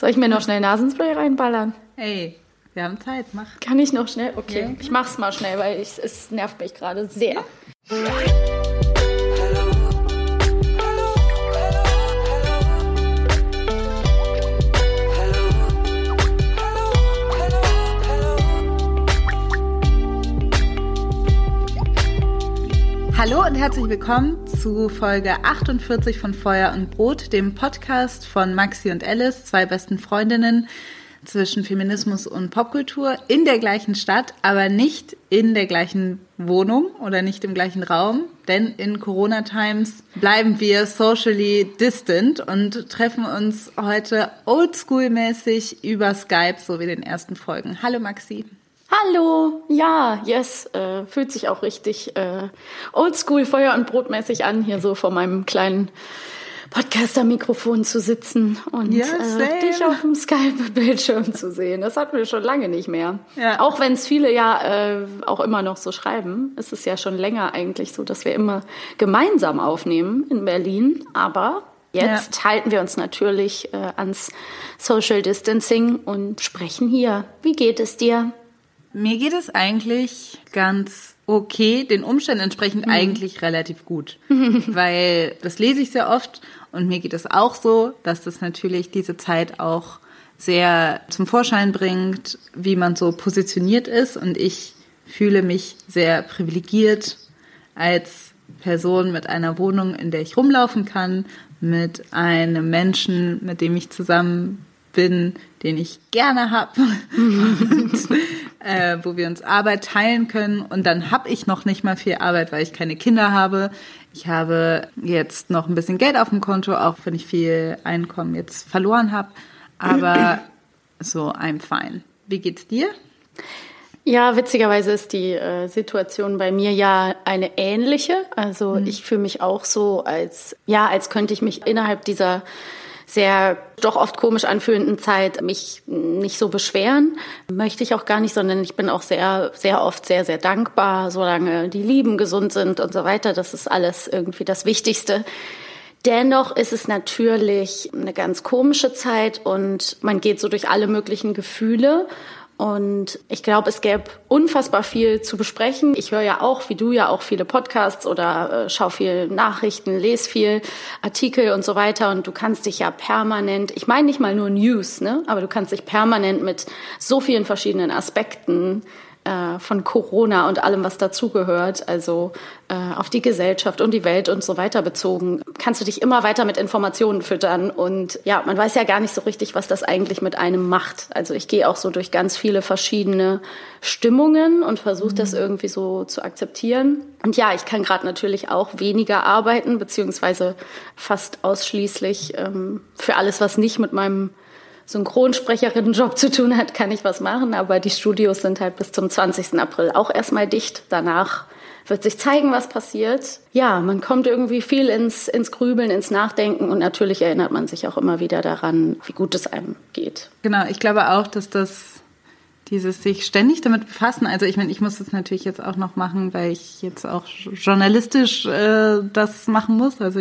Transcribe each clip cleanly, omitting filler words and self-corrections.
Soll ich mir noch schnell Nasenspray reinballern? Hey, wir haben Zeit, mach. Kann ich noch schnell? Okay, Ja. ich mach's mal schnell, weil es nervt mich gerade sehr. Hallo und herzlich willkommen zu Folge 48 von Feuer und Brot, dem Podcast von Maxi und Alice, zwei besten Freundinnen zwischen Feminismus und Popkultur in der gleichen Stadt, aber nicht in der gleichen Wohnung oder nicht im gleichen Raum, denn in Corona-Times bleiben wir socially distant und treffen uns heute oldschool-mäßig über Skype, so wie in den ersten Folgen. Hallo Maxi. Hallo, ja, yes, fühlt sich auch richtig oldschool, Feuer- und Brotmäßig an, hier so vor meinem kleinen Podcaster-Mikrofon zu sitzen und dich auf dem Skype-Bildschirm zu sehen. Das hatten wir schon lange nicht mehr. Ja. Auch wenn es viele ja auch immer noch so schreiben, ist es ja schon länger eigentlich so, dass wir immer gemeinsam aufnehmen in Berlin, aber jetzt halten wir uns natürlich ans Social Distancing und sprechen hier. Wie geht es dir? Mir geht es eigentlich ganz okay, den Umständen entsprechend eigentlich relativ gut, weil das lese ich sehr oft und mir geht es auch so, dass das natürlich diese Zeit auch sehr zum Vorschein bringt, wie man so positioniert ist, und ich fühle mich sehr privilegiert als Person mit einer Wohnung, in der ich rumlaufen kann, mit einem Menschen, mit dem ich zusammen bin, den ich gerne habe und wo wir uns Arbeit teilen können. Und dann habe ich noch nicht mal viel Arbeit, weil ich keine Kinder habe. Ich habe jetzt noch ein bisschen Geld auf dem Konto, auch wenn ich viel Einkommen jetzt verloren habe. Aber so, I'm fine. Wie geht's dir? Ja, witzigerweise ist die Situation bei mir ja eine ähnliche. Also ich fühle mich auch so, als könnte ich mich innerhalb dieser sehr doch oft komisch anfühlenden Zeit mich nicht so beschweren. Möchte ich auch gar nicht, sondern ich bin auch sehr, sehr oft sehr, sehr dankbar, solange die Lieben gesund sind und so weiter. Das ist alles irgendwie das Wichtigste. Dennoch ist es natürlich eine ganz komische Zeit und man geht so durch alle möglichen Gefühle. Und ich glaube, es gäbe unfassbar viel zu besprechen. Ich höre ja auch, wie du ja auch, viele Podcasts oder schaue viel Nachrichten, lese viel Artikel und so weiter. Und du kannst dich ja permanent, ich meine nicht mal nur News, ne, aber du kannst dich permanent mit so vielen verschiedenen Aspekten von Corona und allem, was dazugehört, also auf die Gesellschaft und die Welt und so weiter bezogen, kannst du dich immer weiter mit Informationen füttern. Und ja, man weiß ja gar nicht so richtig, was das eigentlich mit einem macht. Also ich gehe auch so durch ganz viele verschiedene Stimmungen und versuche das irgendwie so zu akzeptieren. Und ja, ich kann gerade natürlich auch weniger arbeiten, beziehungsweise fast ausschließlich für alles, was nicht mit meinem Synchronsprecherinnenjob zu tun hat, kann ich was machen, aber die Studios sind halt bis zum 20. April auch erstmal dicht. Danach wird sich zeigen, was passiert. Ja, man kommt irgendwie viel ins Grübeln, ins Nachdenken, und natürlich erinnert man sich auch immer wieder daran, wie gut es einem geht. Genau, ich glaube auch, dass dieses sich ständig damit befassen, also ich meine, ich muss das natürlich jetzt auch noch machen, weil ich jetzt auch journalistisch das machen muss, also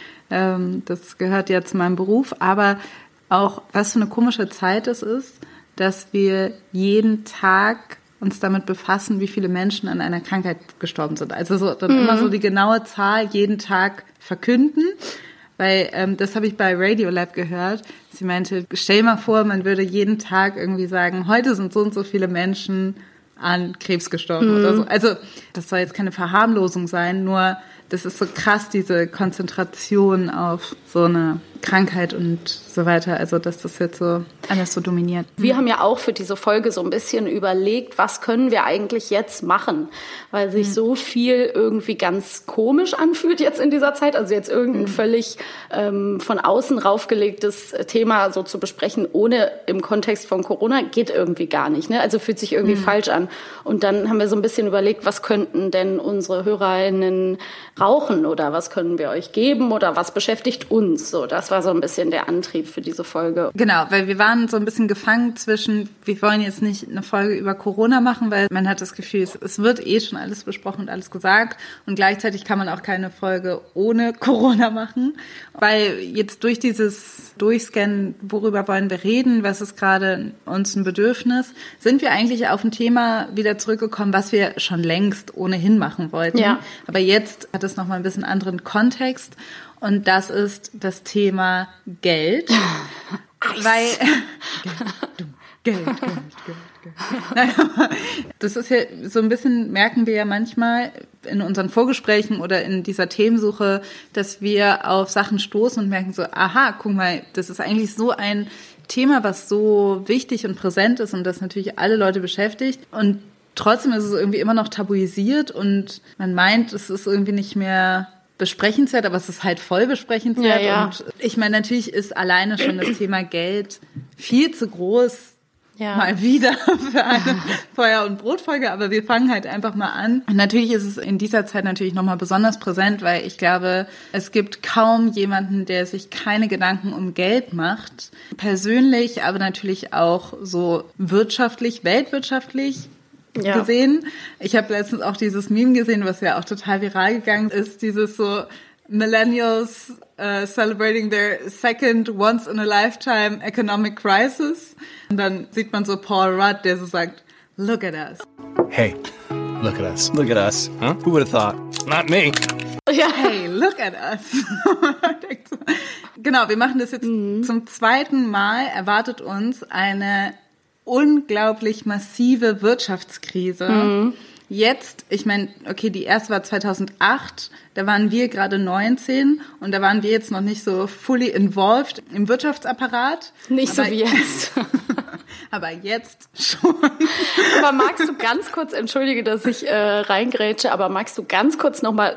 das gehört ja zu meinem Beruf, aber auch, was für eine komische Zeit es ist, dass wir jeden Tag uns damit befassen, wie viele Menschen an einer Krankheit gestorben sind. Also so dann immer so die genaue Zahl jeden Tag verkünden, weil das habe ich bei Radiolab gehört. Sie meinte, stell dir mal vor, man würde jeden Tag irgendwie sagen, heute sind so und so viele Menschen an Krebs gestorben oder so. Also das soll jetzt keine Verharmlosung sein, nur das ist so krass, diese Konzentration auf so eine Krankheit und so weiter, also dass das jetzt so alles so dominiert. Wir haben ja auch für diese Folge so ein bisschen überlegt, was können wir eigentlich jetzt machen, weil sich so viel irgendwie ganz komisch anfühlt jetzt in dieser Zeit, also jetzt irgendein völlig von außen raufgelegtes Thema so zu besprechen, ohne im Kontext von Corona, geht irgendwie gar nicht, ne? Also fühlt sich irgendwie falsch an. Und dann haben wir so ein bisschen überlegt, was könnten denn unsere HörerInnen rauchen oder was können wir euch geben oder was beschäftigt uns? So, das war so ein bisschen der Antrieb für diese Folge. Genau, weil wir waren so ein bisschen gefangen zwischen, wir wollen jetzt nicht eine Folge über Corona machen, weil man hat das Gefühl, es wird eh schon alles besprochen und alles gesagt und gleichzeitig kann man auch keine Folge ohne Corona machen, weil jetzt durch dieses Durchscannen, worüber wollen wir reden, was ist gerade uns ein Bedürfnis, sind wir eigentlich auf ein Thema wieder zurückgekommen, was wir schon längst ohnehin machen wollten. Ja. Aber jetzt hat es nochmal ein bisschen anderen Kontext und das ist das Thema Geld. Weil Geld. Das ist ja so ein bisschen, merken wir ja manchmal in unseren Vorgesprächen oder in dieser Themensuche, dass wir auf Sachen stoßen und merken so, aha, guck mal, das ist eigentlich so ein Thema, was so wichtig und präsent ist und das natürlich alle Leute beschäftigt und trotzdem ist es irgendwie immer noch tabuisiert und man meint, es ist irgendwie nicht mehr besprechenswert, aber es ist halt voll besprechenswert. Ja. Und ich meine, natürlich ist alleine schon das Thema Geld viel zu groß, mal wieder für eine Feuer- und Brotfolge, aber wir fangen halt einfach mal an. Und natürlich ist es in dieser Zeit natürlich nochmal besonders präsent, weil ich glaube, es gibt kaum jemanden, der sich keine Gedanken um Geld macht. Persönlich, aber natürlich auch so wirtschaftlich, weltwirtschaftlich gesehen. Ich habe letztens auch dieses Meme gesehen, was ja auch total viral gegangen ist, dieses so Millennials celebrating their second once-in-a-lifetime economic crisis. Und dann sieht man so Paul Rudd, der so sagt, look at us. Hey, look at us. Look at us. Huh? Who would have thought? Not me. Ja. Hey, look at us. Genau, wir machen das jetzt zum zweiten Mal. Erwartet uns eine unglaublich massive Wirtschaftskrise. Jetzt, ich meine, okay, die erste war 2008, da waren wir gerade 19 und da waren wir jetzt noch nicht so fully involved im Wirtschaftsapparat. Nicht so wie jetzt. Aber jetzt schon. Aber magst du ganz kurz, entschuldige, dass ich reingrätsche, aber magst du ganz kurz nochmal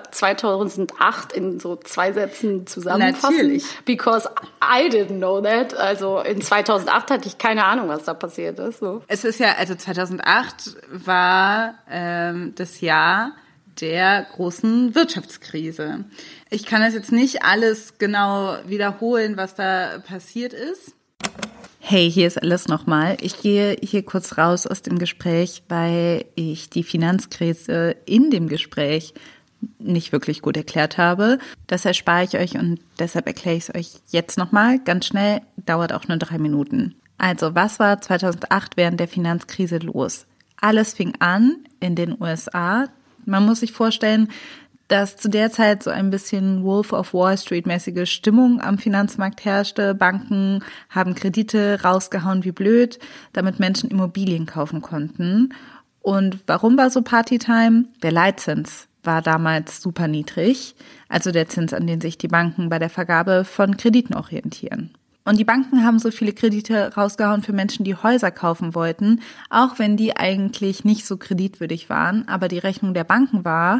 2008 in so 2 Sätzen zusammenfassen? Natürlich. Because I didn't know that. Also in 2008 hatte ich keine Ahnung, was da passiert ist. So. Es ist ja, also 2008 war das Jahr der großen Wirtschaftskrise. Ich kann das jetzt nicht alles genau wiederholen, was da passiert ist. Hey, hier ist Alice nochmal. Ich gehe hier kurz raus aus dem Gespräch, weil ich die Finanzkrise in dem Gespräch nicht wirklich gut erklärt habe. Das erspare ich euch und deshalb erkläre ich es euch jetzt nochmal. Ganz schnell, dauert auch nur 3 Minuten. Also, was war 2008 während der Finanzkrise los? Alles fing an in den USA. Man muss sich vorstellen, dass zu der Zeit so ein bisschen Wolf of Wall Street-mäßige Stimmung am Finanzmarkt herrschte. Banken haben Kredite rausgehauen wie blöd, damit Menschen Immobilien kaufen konnten. Und warum war so Partytime? Der Leitzins war damals super niedrig, also der Zins, an den sich die Banken bei der Vergabe von Krediten orientieren. Und die Banken haben so viele Kredite rausgehauen für Menschen, die Häuser kaufen wollten, auch wenn die eigentlich nicht so kreditwürdig waren. Aber die Rechnung der Banken war,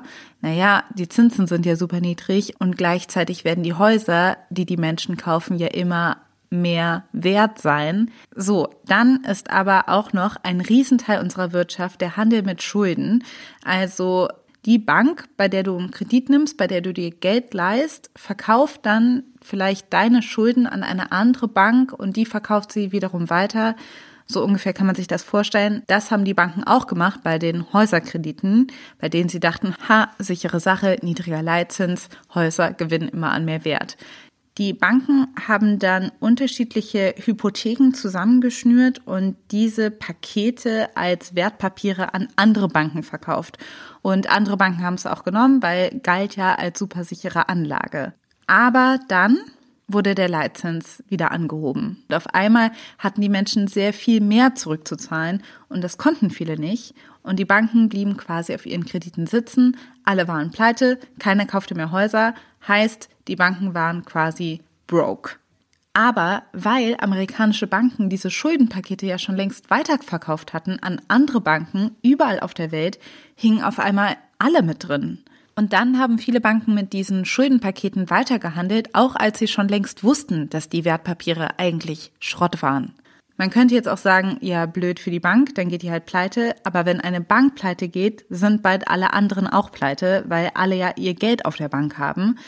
die Zinsen sind ja super niedrig und gleichzeitig werden die Häuser, die die Menschen kaufen, ja immer mehr wert sein. So, dann ist aber auch noch ein Riesenteil unserer Wirtschaft der Handel mit Schulden. Also die Bank, bei der du einen Kredit nimmst, bei der du dir Geld leihst, verkauft dann vielleicht deine Schulden an eine andere Bank und die verkauft sie wiederum weiter. So ungefähr kann man sich das vorstellen. Das haben die Banken auch gemacht bei den Häuserkrediten, bei denen sie dachten, sichere Sache, niedriger Leitzins, Häuser gewinnen immer an mehr Wert. Die Banken haben dann unterschiedliche Hypotheken zusammengeschnürt und diese Pakete als Wertpapiere an andere Banken verkauft. Und andere Banken haben es auch genommen, weil galt ja als super sichere Anlage. Aber dann wurde der Leitzins wieder angehoben. Und auf einmal hatten die Menschen sehr viel mehr zurückzuzahlen und das konnten viele nicht. Und die Banken blieben quasi auf ihren Krediten sitzen. Alle waren pleite, keiner kaufte mehr Häuser. Heißt, die Banken waren quasi broke. Aber weil amerikanische Banken diese Schuldenpakete ja schon längst weiterverkauft hatten an andere Banken überall auf der Welt, hingen auf einmal alle mit drin. Und dann haben viele Banken mit diesen Schuldenpaketen weitergehandelt, auch als sie schon längst wussten, dass die Wertpapiere eigentlich Schrott waren. Man könnte jetzt auch sagen, ja, blöd für die Bank, dann geht die halt pleite. Aber wenn eine Bank pleite geht, sind bald alle anderen auch pleite, weil alle ja ihr Geld auf der Bank haben.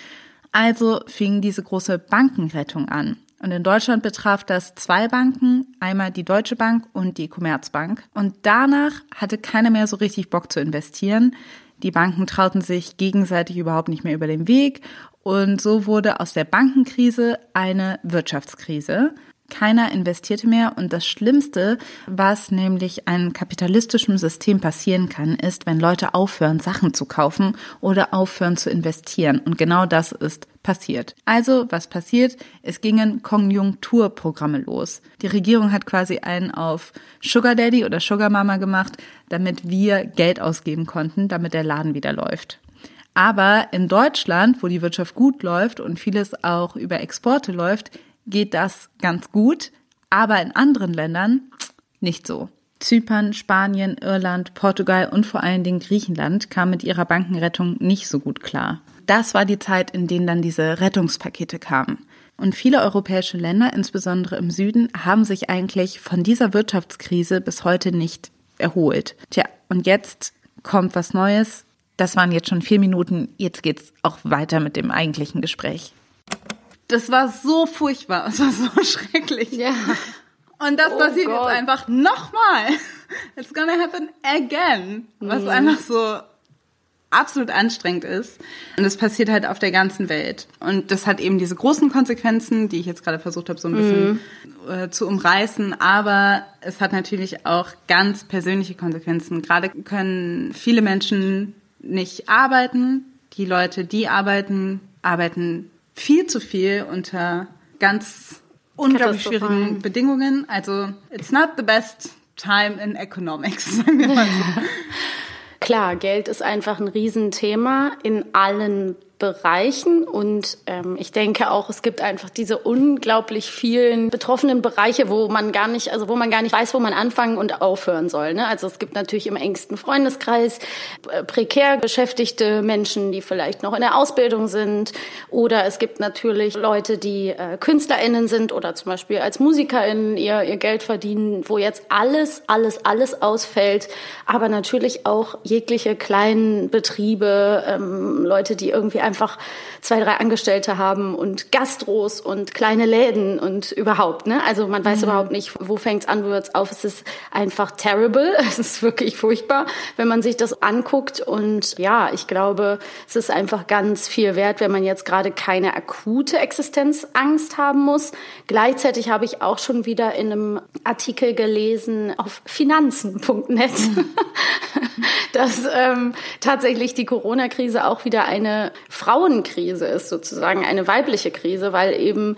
Also fing diese große Bankenrettung an. Und in Deutschland betraf das 2 Banken, einmal die Deutsche Bank und die Commerzbank. Und danach hatte keiner mehr so richtig Bock zu investieren. Die Banken trauten sich gegenseitig überhaupt nicht mehr über den Weg. Und so wurde aus der Bankenkrise eine Wirtschaftskrise. Keiner investierte mehr und das Schlimmste, was nämlich einem kapitalistischen System passieren kann, ist, wenn Leute aufhören, Sachen zu kaufen oder aufhören zu investieren. Und genau das ist passiert. Also, was passiert? Es gingen Konjunkturprogramme los. Die Regierung hat quasi einen auf Sugar Daddy oder Sugar Mama gemacht, damit wir Geld ausgeben konnten, damit der Laden wieder läuft. Aber in Deutschland, wo die Wirtschaft gut läuft und vieles auch über Exporte läuft, geht das ganz gut, aber in anderen Ländern nicht so. Zypern, Spanien, Irland, Portugal und vor allen Dingen Griechenland kamen mit ihrer Bankenrettung nicht so gut klar. Das war die Zeit, in denen dann diese Rettungspakete kamen. Und viele europäische Länder, insbesondere im Süden, haben sich eigentlich von dieser Wirtschaftskrise bis heute nicht erholt. Tja, und jetzt kommt was Neues. Das waren jetzt schon 4 Minuten. Jetzt geht's auch weiter mit dem eigentlichen Gespräch. Das war so furchtbar, es war so schrecklich. Ja. Und das passiert jetzt einfach nochmal. It's gonna happen again. Was einfach so absolut anstrengend ist. Und das passiert halt auf der ganzen Welt. Und das hat eben diese großen Konsequenzen, die ich jetzt gerade versucht habe, so ein bisschen zu umreißen. Aber es hat natürlich auch ganz persönliche Konsequenzen. Gerade können viele Menschen nicht arbeiten. Die Leute, die arbeiten viel zu viel unter ganz unglaublich schwierigen Bedingungen. Also, it's not the best time in economics, sagen wir mal so. Klar, Geld ist einfach ein Riesenthema in allen Bereichen und ich denke auch, es gibt einfach diese unglaublich vielen betroffenen Bereiche, wo man gar nicht weiß, wo man anfangen und aufhören soll. Ne? Also es gibt natürlich im engsten Freundeskreis prekär beschäftigte Menschen, die vielleicht noch in der Ausbildung sind, oder es gibt natürlich Leute, die KünstlerInnen sind oder zum Beispiel als MusikerInnen ihr Geld verdienen, wo jetzt alles ausfällt, aber natürlich auch jegliche kleinen Betriebe, Leute, die irgendwie einfach 2, 3 Angestellte haben und Gastros und kleine Läden und überhaupt, ne? Also man weiß überhaupt nicht, wo fängt's an, wo hört's auf. Es ist einfach terrible. Es ist wirklich furchtbar, wenn man sich das anguckt. Und ja, ich glaube, es ist einfach ganz viel wert, wenn man jetzt gerade keine akute Existenzangst haben muss. Gleichzeitig habe ich auch schon wieder in einem Artikel gelesen auf finanzen.net, dass tatsächlich die Corona-Krise auch wieder eine Frauenkrise ist, sozusagen eine weibliche Krise, weil eben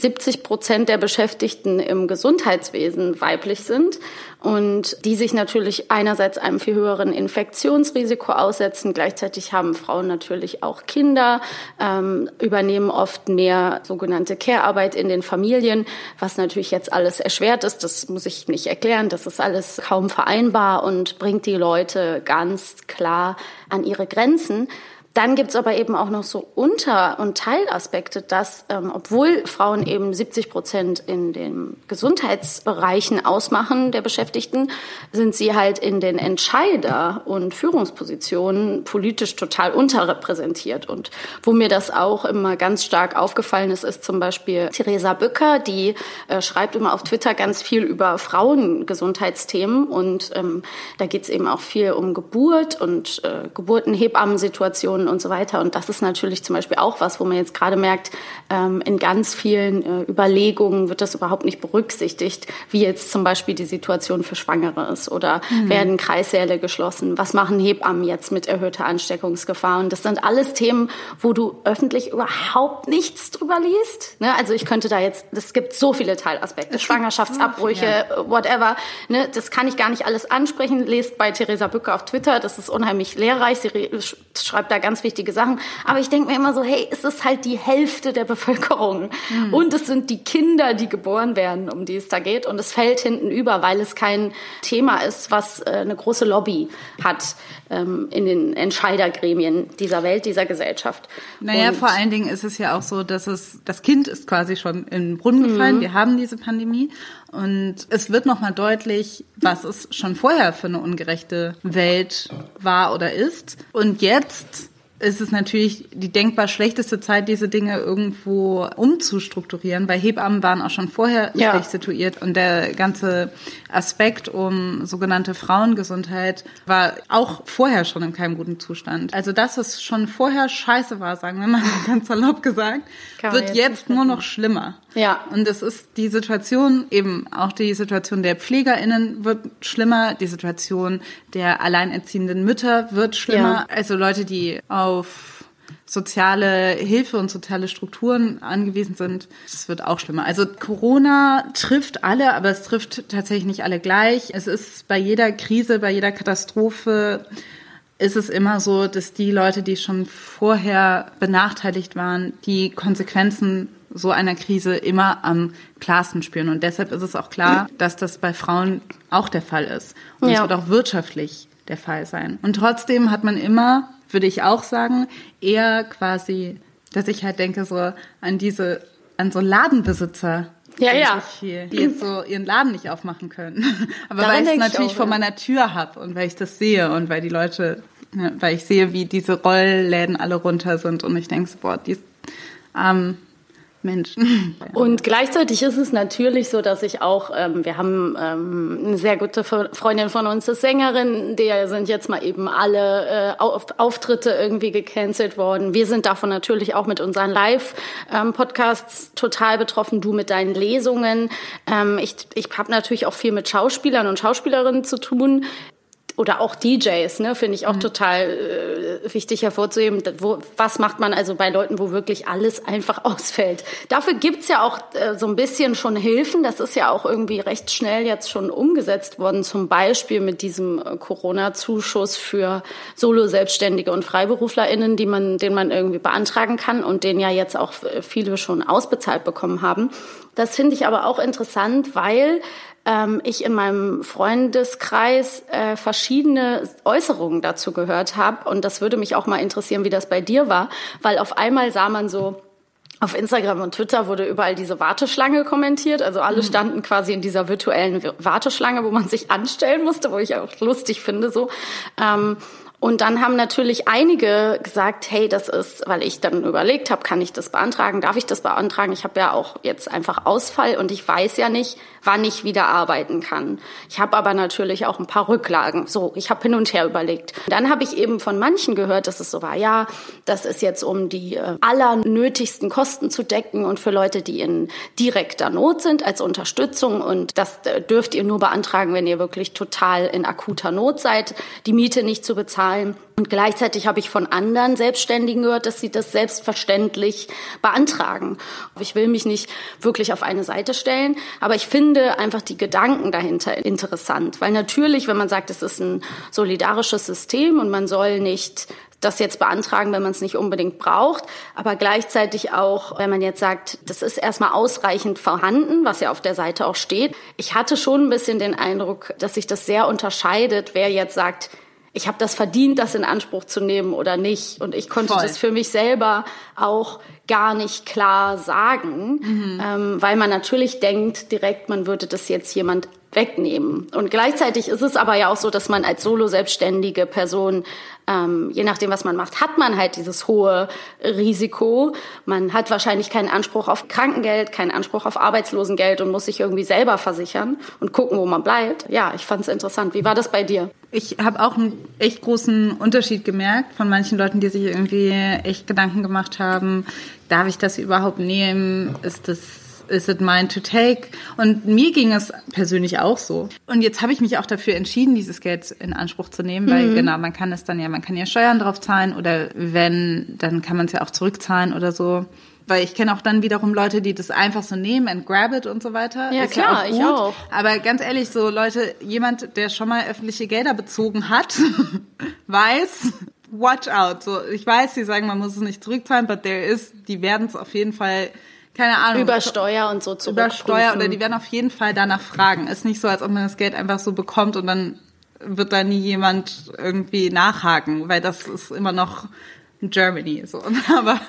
70% der Beschäftigten im Gesundheitswesen weiblich sind und die sich natürlich einerseits einem viel höheren Infektionsrisiko aussetzen. Gleichzeitig haben Frauen natürlich auch Kinder, übernehmen oft mehr sogenannte Care-Arbeit in den Familien, was natürlich jetzt alles erschwert ist. Das muss ich nicht erklären. Das ist alles kaum vereinbar und bringt die Leute ganz klar an ihre Grenzen. Dann gibt's aber eben auch noch so Unter- und Teilaspekte, dass, obwohl Frauen eben 70% in den Gesundheitsbereichen ausmachen der Beschäftigten, sind sie halt in den Entscheider- und Führungspositionen politisch total unterrepräsentiert. Und wo mir das auch immer ganz stark aufgefallen ist, ist zum Beispiel Theresa Bücker, die schreibt immer auf Twitter ganz viel über Frauengesundheitsthemen. Und da geht's eben auch viel um Geburt und Geburten-Hebammensituationen und so weiter. Und das ist natürlich zum Beispiel auch was, wo man jetzt gerade merkt, in ganz vielen Überlegungen wird das überhaupt nicht berücksichtigt, wie jetzt zum Beispiel die Situation für Schwangere ist oder werden Kreissäle geschlossen, was machen Hebammen jetzt mit erhöhter Ansteckungsgefahr. Und das sind alles Themen, wo du öffentlich überhaupt nichts drüber liest. Ne? Also ich könnte da jetzt, es gibt so viele Teilaspekte, Schwangerschaftsabbrüche, whatever. Ne? Das kann ich gar nicht alles ansprechen. Lest bei Theresa Bücker auf Twitter, das ist unheimlich lehrreich. Sie schreibt da ganz wichtige Sachen. Aber ich denke mir immer so, hey, es ist halt die Hälfte der Bevölkerung. Und es sind die Kinder, die geboren werden, um die es da geht. Und es fällt hinten über, weil es kein Thema ist, was eine große Lobby hat in den Entscheidergremien dieser Welt, dieser Gesellschaft. Naja, vor allen Dingen ist es ja auch so, dass das Kind ist quasi schon in den Brunnen gefallen. Wir haben diese Pandemie. Und es wird nochmal deutlich, was es schon vorher für eine ungerechte Welt war oder ist. Und jetzt ist es natürlich die denkbar schlechteste Zeit, diese Dinge irgendwo umzustrukturieren, weil Hebammen waren auch schon vorher schlecht situiert und der ganze Aspekt um sogenannte Frauengesundheit war auch vorher schon in keinem guten Zustand. Also das, was schon vorher scheiße war, sagen wir mal ganz salopp gesagt, wird jetzt nur noch schlimmer. Ja. Und es ist die Situation, eben auch die Situation der PflegerInnen wird schlimmer, die Situation der alleinerziehenden Mütter wird schlimmer. Ja. Also Leute, die auf soziale Hilfe und soziale Strukturen angewiesen sind, das wird auch schlimmer. Also Corona trifft alle, aber es trifft tatsächlich nicht alle gleich. Es ist bei jeder Krise, bei jeder Katastrophe ist es immer so, dass die Leute, die schon vorher benachteiligt waren, die Konsequenzen so einer Krise immer am klarsten spüren. Und deshalb ist es auch klar, dass das bei Frauen auch der Fall ist. Und es wird auch wirtschaftlich der Fall sein. Und trotzdem hat man immer, würde ich auch sagen, eher quasi, dass ich halt denke so an so Ladenbesitzer, die jetzt so ihren Laden nicht aufmachen können. Aber daran weil ich es natürlich vor meiner Tür habe und weil ich das sehe und weil die Leute, weil ich sehe, wie diese Rollläden alle runter sind und ich denke so, boah, die Menschen. Und gleichzeitig ist es natürlich so, dass ich auch, wir haben eine sehr gute Freundin von uns, ist Sängerin, der sind jetzt mal eben alle Auftritte irgendwie gecancelt worden. Wir sind davon natürlich auch mit unseren Live-Podcasts total betroffen, du mit deinen Lesungen. Ich habe natürlich auch viel mit Schauspielern und Schauspielerinnen zu tun. Oder auch DJs, ne, finde ich auch total wichtig hervorzuheben. Was macht man also bei Leuten, wo wirklich alles einfach ausfällt? Dafür gibt's ja auch so ein bisschen schon Hilfen. Das ist ja auch irgendwie recht schnell jetzt schon umgesetzt worden. Zum Beispiel mit diesem Corona-Zuschuss für Solo-Selbstständige und FreiberuflerInnen, den man irgendwie beantragen kann und den ja jetzt auch viele schon ausbezahlt bekommen haben. Das finde ich aber auch interessant, weil ich in meinem Freundeskreis verschiedene Äußerungen dazu gehört habe. Und das würde mich auch mal interessieren, wie das bei dir war. Weil auf einmal sah man so, auf Instagram und Twitter wurde überall diese Warteschlange kommentiert. Also alle standen quasi in dieser virtuellen Warteschlange, wo man sich anstellen musste, wo ich auch lustig finde so. Und dann haben natürlich einige gesagt, hey, das ist, weil ich dann überlegt habe, kann ich das beantragen, darf ich das beantragen? Ich habe ja auch jetzt einfach Ausfall und ich weiß ja nicht, wann ich wieder arbeiten kann. Ich habe aber natürlich auch ein paar Rücklagen. So, ich habe hin und her überlegt. Dann habe ich eben von manchen gehört, dass es so war, ja, das ist jetzt um die allernötigsten Kosten zu decken und für Leute, die in direkter Not sind, als Unterstützung. Und das dürft ihr nur beantragen, wenn ihr wirklich total in akuter Not seid, die Miete nicht zu bezahlen. Und gleichzeitig habe ich von anderen Selbstständigen gehört, dass sie das selbstverständlich beantragen. Ich will mich nicht wirklich auf eine Seite stellen, aber ich finde einfach die Gedanken dahinter interessant. Weil natürlich, wenn man sagt, es ist ein solidarisches System und man soll nicht das jetzt beantragen, wenn man es nicht unbedingt braucht, aber gleichzeitig auch, wenn man jetzt sagt, das ist erstmal ausreichend vorhanden, was ja auf der Seite auch steht. Ich hatte schon ein bisschen den Eindruck, dass sich das sehr unterscheidet, wer jetzt sagt, ich habe das verdient, das in Anspruch zu nehmen oder nicht. Und ich konnte das für mich selber auch gar nicht klar sagen, weil man natürlich denkt direkt, man würde das jetzt jemand wegnehmen. Und gleichzeitig ist es aber ja auch so, dass man als solo-selbstständige Person, je nachdem, was man macht, hat man halt dieses hohe Risiko. Man hat wahrscheinlich keinen Anspruch auf Krankengeld, keinen Anspruch auf Arbeitslosengeld und muss sich irgendwie selber versichern und gucken, wo man bleibt. Ja, ich fand es interessant. Wie war das bei dir? Ich habe auch einen echt großen Unterschied gemerkt von manchen Leuten, die sich irgendwie echt Gedanken gemacht haben, darf ich das überhaupt nehmen? Is it mine to take? Und mir ging es persönlich auch so. Und jetzt habe ich mich auch dafür entschieden, dieses Geld in Anspruch zu nehmen, weil genau, man kann ja Steuern drauf zahlen oder wenn, dann kann man es ja auch zurückzahlen oder so. Weil ich kenne auch dann wiederum Leute, die das einfach so nehmen and grab it und so weiter. Ja, ist klar, ja auch gut. Ich auch. Aber ganz ehrlich, so Leute, jemand, der schon mal öffentliche Gelder bezogen hat, weiß, watch out. So, ich weiß, sie sagen, man muss es nicht zurückzahlen, but die werden es auf jeden Fall, keine Ahnung. Über Steuer und so zurückprüfen. Über Steuer oder die werden auf jeden Fall danach fragen. Ist nicht so, als ob man das Geld einfach so bekommt und dann wird da nie jemand irgendwie nachhaken, weil das ist immer noch Germany, so. Aber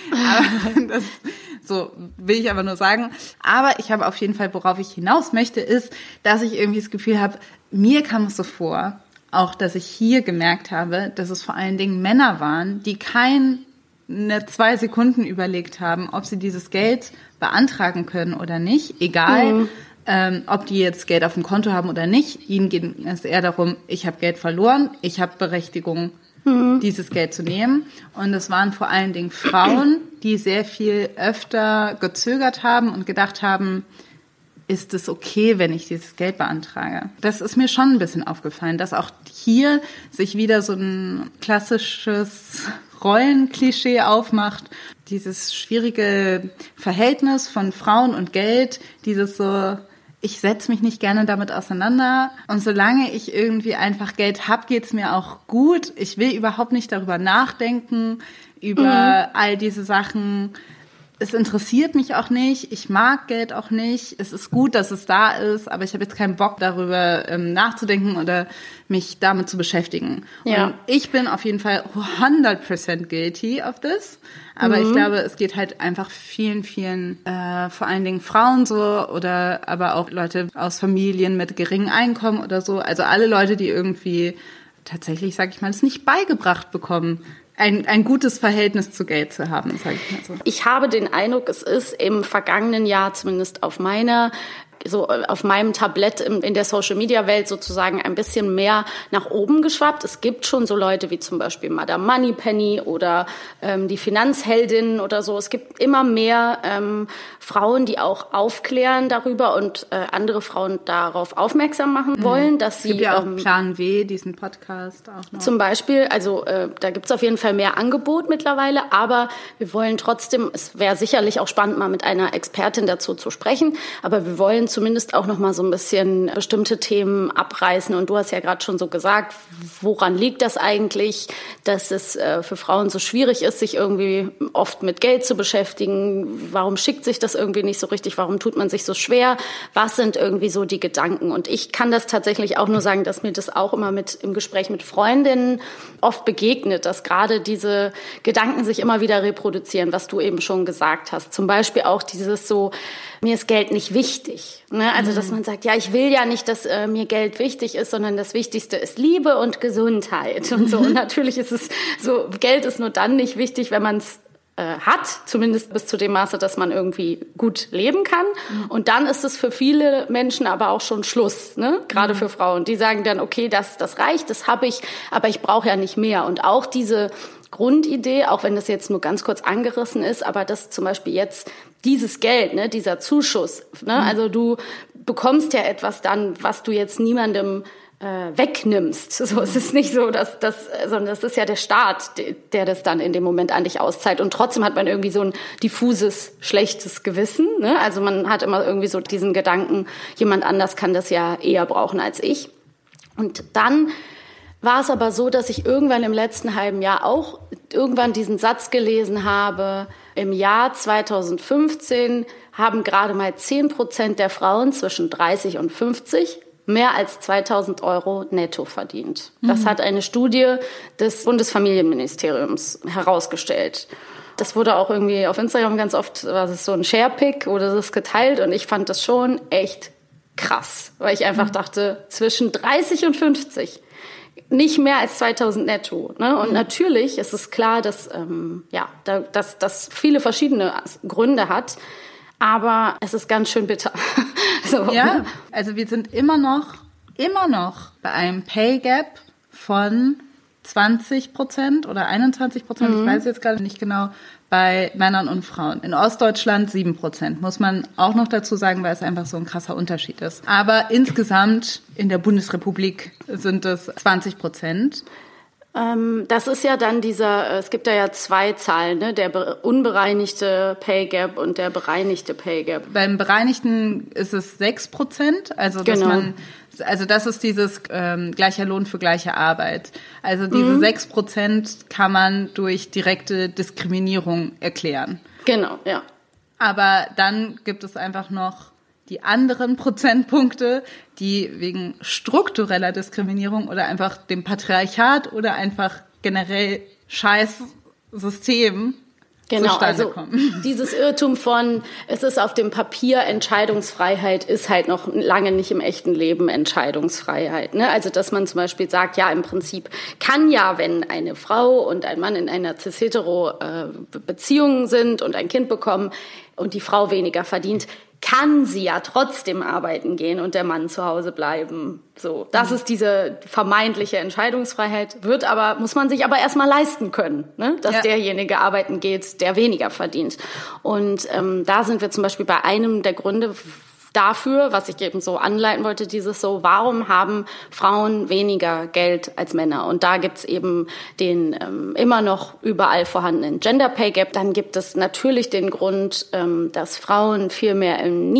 das, so will ich aber nur sagen. Aber ich habe auf jeden Fall, worauf ich hinaus möchte, ist, dass ich irgendwie das Gefühl habe, mir kam es so vor, auch, dass ich hier gemerkt habe, dass es vor allen Dingen Männer waren, die keine 2 Sekunden überlegt haben, ob sie dieses Geld beantragen können oder nicht, egal, ob die jetzt Geld auf dem Konto haben oder nicht. Ihnen geht es eher darum, ich habe Geld verloren, ich habe Berechtigung, dieses Geld zu nehmen. Und es waren vor allen Dingen Frauen, die sehr viel öfter gezögert haben und gedacht haben, ist es okay, wenn ich dieses Geld beantrage? Das ist mir schon ein bisschen aufgefallen, dass auch hier sich wieder so ein klassisches Rollenklischee aufmacht. Dieses schwierige Verhältnis von Frauen und Geld, dieses so, ich setze mich nicht gerne damit auseinander. Und solange ich irgendwie einfach Geld habe, geht's mir auch gut. Ich will überhaupt nicht darüber nachdenken, über all diese Sachen. Es interessiert mich auch nicht. Ich mag Geld auch nicht. Es ist gut, dass es da ist, aber ich habe jetzt keinen Bock darüber nachzudenken oder mich damit zu beschäftigen. Ja. Und ich bin auf jeden Fall 100% guilty of this. Aber ich glaube, es geht halt einfach vielen, vor allen Dingen Frauen so oder aber auch Leute aus Familien mit geringem Einkommen oder so. Also alle Leute, die irgendwie tatsächlich, sag ich mal, es nicht beigebracht bekommen, ein gutes Verhältnis zu Geld zu haben, sage ich mal so. Ich habe den Eindruck, es ist im vergangenen Jahr zumindest auf meinem Tablett in der Social-Media-Welt sozusagen ein bisschen mehr nach oben geschwappt. Es gibt schon so Leute wie zum Beispiel Madame Moneypenny oder die Finanzheldin oder so. Es gibt immer mehr Frauen, die auch aufklären darüber und andere Frauen darauf aufmerksam machen wollen, dass sie... Es gibt ja auch Plan W, diesen Podcast auch noch. Zum Beispiel, also da gibt es auf jeden Fall mehr Angebot mittlerweile, aber wir wollen trotzdem, es wäre sicherlich auch spannend, mal mit einer Expertin dazu zu sprechen, aber wir wollen zumindest auch noch mal so ein bisschen bestimmte Themen abreißen. Und du hast ja gerade schon so gesagt, woran liegt das eigentlich, dass es für Frauen so schwierig ist, sich irgendwie oft mit Geld zu beschäftigen? Warum schickt sich das irgendwie nicht so richtig? Warum tut man sich so schwer? Was sind irgendwie so die Gedanken? Und ich kann das tatsächlich auch nur sagen, dass mir das auch immer im Gespräch mit Freundinnen oft begegnet, dass gerade diese Gedanken sich immer wieder reproduzieren, was du eben schon gesagt hast. Zum Beispiel auch dieses so, mir ist Geld nicht wichtig. Ne? Also, dass man sagt, ja, ich will ja nicht, dass mir Geld wichtig ist, sondern das Wichtigste ist Liebe und Gesundheit und so. Und natürlich ist es so, Geld ist nur dann nicht wichtig, wenn man es hat, zumindest bis zu dem Maße, dass man irgendwie gut leben kann. Und dann ist es für viele Menschen aber auch schon Schluss, ne? Gerade für Frauen. Die sagen dann, okay, das reicht, das habe ich, aber ich brauche ja nicht mehr. Und auch diese Grundidee, auch wenn das jetzt nur ganz kurz angerissen ist, aber dass zum Beispiel jetzt dieses Geld, ne, dieser Zuschuss, ne, also du bekommst ja etwas dann, was du jetzt niemandem wegnimmst. So, es ist nicht so, sondern das ist ja der Staat, der das dann in dem Moment an dich auszahlt. Und trotzdem hat man irgendwie so ein diffuses, schlechtes Gewissen. Ne? Also man hat immer irgendwie so diesen Gedanken, jemand anders kann das ja eher brauchen als ich. Und dann war es aber so, dass ich irgendwann im letzten halben Jahr auch irgendwann diesen Satz gelesen habe, im Jahr 2015 haben gerade mal 10% der Frauen zwischen 30 und 50 mehr als 2.000 Euro netto verdient. Das hat eine Studie des Bundesfamilienministeriums herausgestellt. Das wurde auch irgendwie auf Instagram ganz oft, war es so ein Sharepick, wurde das geteilt und ich fand das schon echt krass, weil ich einfach dachte, zwischen 30 und 50 nicht mehr als 2.000 netto. Ne? Und natürlich ist es klar, dass das viele verschiedene Gründe hat, aber es ist ganz schön bitter. So. Ja, also wir sind immer noch bei einem Pay Gap von 20% oder 21%, ich weiß jetzt gerade nicht genau, bei Männern und Frauen. In Ostdeutschland 7%, muss man auch noch dazu sagen, weil es einfach so ein krasser Unterschied ist. Aber insgesamt in der Bundesrepublik sind es 20%. Das ist ja dann es gibt da ja 2 Zahlen, ne? Der unbereinigte Pay Gap und der bereinigte Pay Gap. Beim bereinigten ist es 6%, also das ist dieses gleicher Lohn für gleiche Arbeit. Also diese 6% kann man durch direkte Diskriminierung erklären. Genau, ja. Aber dann gibt es einfach noch die anderen Prozentpunkte, die wegen struktureller Diskriminierung oder einfach dem Patriarchat oder einfach generell Scheißsystem zustande kommen. Dieses Irrtum von, es ist auf dem Papier Entscheidungsfreiheit, ist halt noch lange nicht im echten Leben Entscheidungsfreiheit. Ne? Also dass man zum Beispiel sagt, ja, im Prinzip kann ja, wenn eine Frau und ein Mann in einer cis-hetero-Beziehung sind und ein Kind bekommen und die Frau weniger verdient, kann sie ja trotzdem arbeiten gehen und der Mann zu Hause bleiben. So, das ist diese vermeintliche Entscheidungsfreiheit, muss man sich aber erstmal leisten können, ne? Dass derjenige arbeiten geht, der weniger verdient. Und da sind wir zum Beispiel bei einem der Gründe dafür, was ich eben so anleiten wollte, warum haben Frauen weniger Geld als Männer? Und da gibt's eben den immer noch überall vorhandenen Gender Pay Gap. Dann gibt es natürlich den Grund, dass Frauen viel mehr im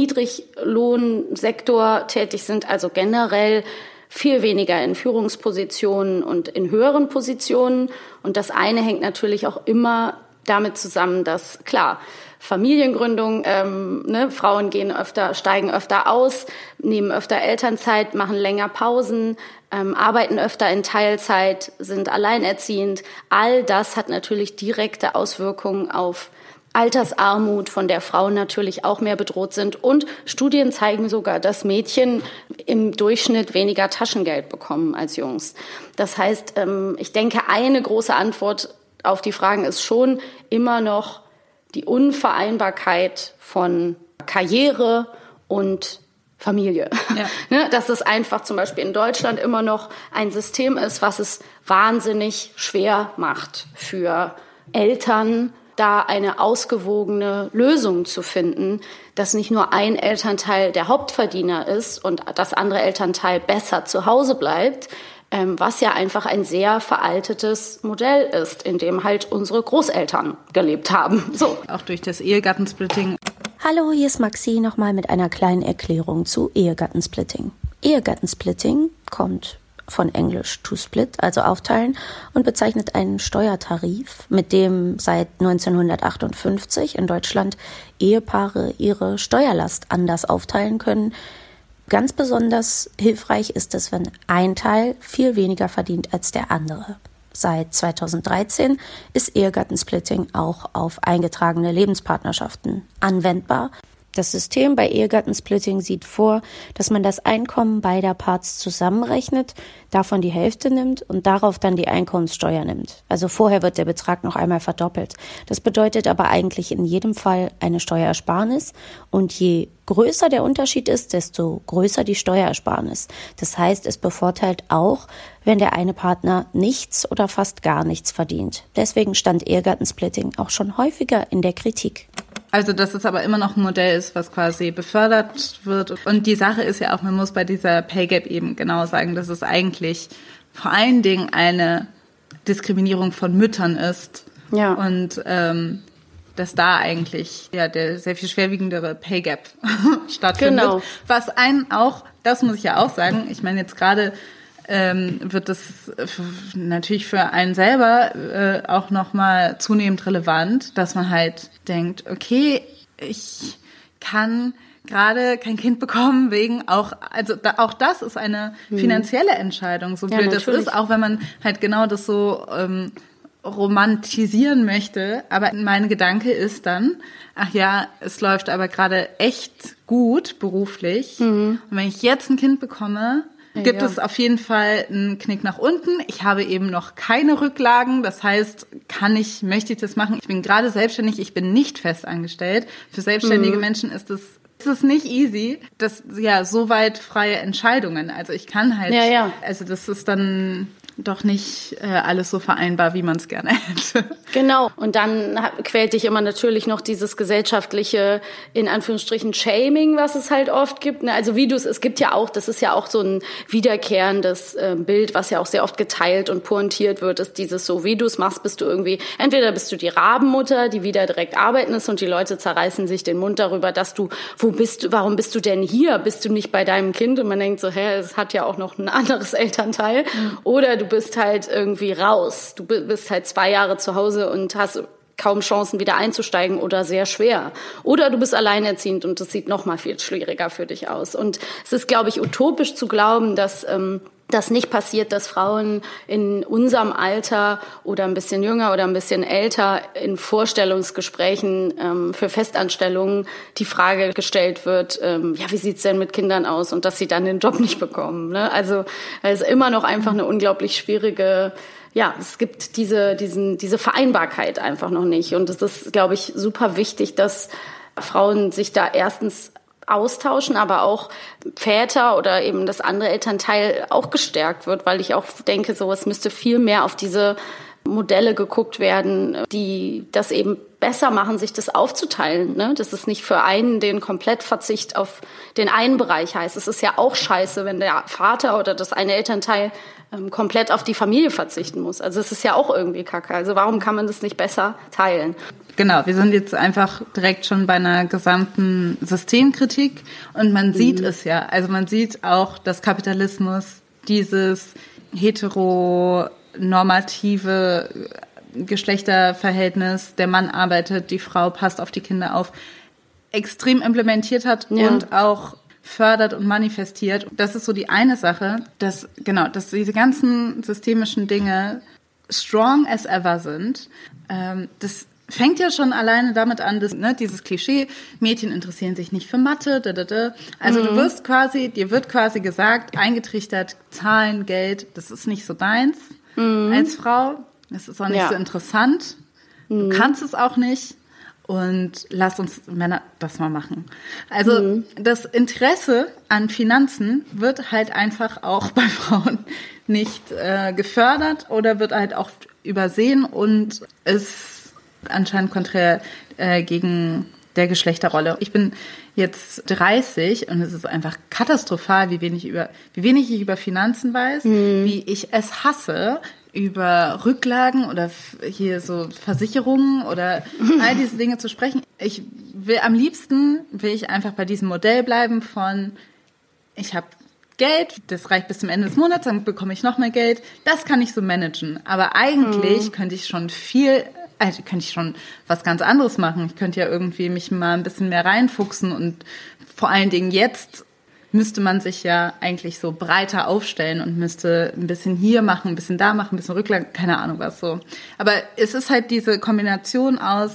Niedriglohnsektor tätig sind, also generell viel weniger in Führungspositionen und in höheren Positionen. Und das eine hängt natürlich auch immer damit zusammen, dass, klar, Familiengründung, Frauen steigen öfter aus, nehmen öfter Elternzeit, machen länger Pausen, arbeiten öfter in Teilzeit, sind alleinerziehend. All das hat natürlich direkte Auswirkungen auf Altersarmut, von der Frauen natürlich auch mehr bedroht sind. Und Studien zeigen sogar, dass Mädchen im Durchschnitt weniger Taschengeld bekommen als Jungs. Das heißt, ich denke, eine große Antwort auf die Fragen ist schon immer noch die Unvereinbarkeit von Karriere und Familie. Ja. Dass es einfach zum Beispiel in Deutschland immer noch ein System ist, was es wahnsinnig schwer macht für Eltern, da eine ausgewogene Lösung zu finden, dass nicht nur ein Elternteil der Hauptverdiener ist und das andere Elternteil besser zu Hause bleibt, was ja einfach ein sehr veraltetes Modell ist, in dem halt unsere Großeltern gelebt haben. So. Auch durch das Ehegattensplitting. Hallo, hier ist Maxi nochmal mit einer kleinen Erklärung zu Ehegattensplitting. Ehegattensplitting kommt von Englisch to split, also aufteilen, und bezeichnet einen Steuertarif, mit dem seit 1958 in Deutschland Ehepaare ihre Steuerlast anders aufteilen können. Ganz besonders hilfreich ist es, wenn ein Teil viel weniger verdient als der andere. Seit 2013 ist Ehegattensplitting auch auf eingetragene Lebenspartnerschaften anwendbar. Das System bei Ehegattensplitting sieht vor, dass man das Einkommen beider Parts zusammenrechnet, davon die Hälfte nimmt und darauf dann die Einkommenssteuer nimmt. Also vorher wird der Betrag noch einmal verdoppelt. Das bedeutet aber eigentlich in jedem Fall eine Steuerersparnis, und je größer der Unterschied ist, desto größer die Steuerersparnis. Das heißt, es bevorteilt auch, wenn der eine Partner nichts oder fast gar nichts verdient. Deswegen stand Ehegattensplitting auch schon häufiger in der Kritik. Also, dass es aber immer noch ein Modell ist, was quasi befördert wird. Und die Sache ist ja auch, man muss bei dieser Pay Gap eben genau sagen, dass es eigentlich vor allen Dingen eine Diskriminierung von Müttern ist. Ja. Und dass da eigentlich der sehr viel schwerwiegendere Pay Gap stattfindet. Genau. Was einen auch, das muss ich ja auch sagen, ich meine jetzt gerade wird das natürlich für einen selber auch nochmal zunehmend relevant, dass man halt denkt, okay, ich kann gerade kein Kind bekommen wegen auch das ist eine finanzielle Entscheidung, so blöd das ist, auch wenn man halt genau das so romantisieren möchte. Aber mein Gedanke ist dann, ach ja, es läuft aber gerade echt gut beruflich. Und wenn ich jetzt ein Kind bekomme, gibt es auf jeden Fall einen Knick nach unten. Ich habe eben noch keine Rücklagen. Das heißt, möchte ich das machen? Ich bin gerade selbstständig, ich bin nicht festangestellt. Für selbstständige Menschen ist es nicht easy. So weit freie Entscheidungen. Also ich kann halt, also das ist dann doch nicht alles so vereinbar, wie man es gerne hätte. Genau. Und dann quält dich immer natürlich noch dieses gesellschaftliche, in Anführungsstrichen, Shaming, was es halt oft gibt. Also es gibt ja auch, das ist ja auch so ein wiederkehrendes Bild, was ja auch sehr oft geteilt und pointiert wird, ist dieses so, wie du es machst, entweder bist du die Rabenmutter, die wieder direkt arbeiten ist, und die Leute zerreißen sich den Mund darüber, dass warum bist du denn hier? Bist du nicht bei deinem Kind? Und man denkt so, es hat ja auch noch ein anderes Elternteil. Oder du bist halt irgendwie raus. Du bist halt 2 Jahre zu Hause und hast kaum Chancen, wieder einzusteigen oder sehr schwer. Oder du bist alleinerziehend und das sieht noch mal viel schwieriger für dich aus. Und es ist, glaube ich, utopisch zu glauben, dass das nicht passiert, dass Frauen in unserem Alter oder ein bisschen jünger oder ein bisschen älter in Vorstellungsgesprächen für Festanstellungen die Frage gestellt wird, wie sieht's denn mit Kindern aus, und dass sie dann den Job nicht bekommen. Ne? Also es ist immer noch einfach eine unglaublich schwierige, es gibt diese Vereinbarkeit einfach noch nicht. Und es ist, glaube ich, super wichtig, dass Frauen sich da erstens austauschen, aber auch Väter oder eben das andere Elternteil auch gestärkt wird, weil ich auch denke, es müsste viel mehr auf diese Modelle geguckt werden, die das eben besser machen, sich das aufzuteilen. Ne? Dass es nicht für einen den Komplettverzicht auf den einen Bereich heißt. Es ist ja auch scheiße, wenn der Vater oder das eine Elternteil komplett auf die Familie verzichten muss. Also es ist ja auch irgendwie kacke. Also warum kann man das nicht besser teilen? Genau, wir sind jetzt einfach direkt schon bei einer gesamten Systemkritik und man sieht es ja. Also man sieht auch, dass Kapitalismus dieses heteronormative Geschlechterverhältnis, der Mann arbeitet, die Frau passt auf die Kinder auf, extrem implementiert hat und auch fördert und manifestiert. Das ist so die eine Sache, dass diese ganzen systemischen Dinge strong as ever sind. Das fängt ja schon alleine damit an, dass dieses Klischee, Mädchen interessieren sich nicht für Mathe, Also dir wird quasi gesagt, eingetrichtert, Zahlen, Geld, das ist nicht so deins als Frau. Das ist auch nicht so interessant. Du kannst es auch nicht. Und lass uns Männer das mal machen. Also das Interesse an Finanzen wird halt einfach auch bei Frauen nicht gefördert oder wird halt auch übersehen und ist anscheinend konträr gegen der Geschlechterrolle. Ich bin jetzt 30 und es ist einfach katastrophal, wie wenig ich über Finanzen weiß, wie ich es hasse, über Rücklagen oder hier so Versicherungen oder all diese Dinge zu sprechen. Am liebsten will ich einfach bei diesem Modell bleiben von, ich habe Geld, das reicht bis zum Ende des Monats, dann bekomme ich noch mehr Geld. Das kann ich so managen. Aber eigentlich könnte ich schon was ganz anderes machen. Ich könnte ja irgendwie mich mal ein bisschen mehr reinfuchsen und vor allen Dingen jetzt müsste man sich ja eigentlich so breiter aufstellen und müsste ein bisschen hier machen, ein bisschen da machen, ein bisschen Rücklagen, keine Ahnung was so. Aber es ist halt diese Kombination aus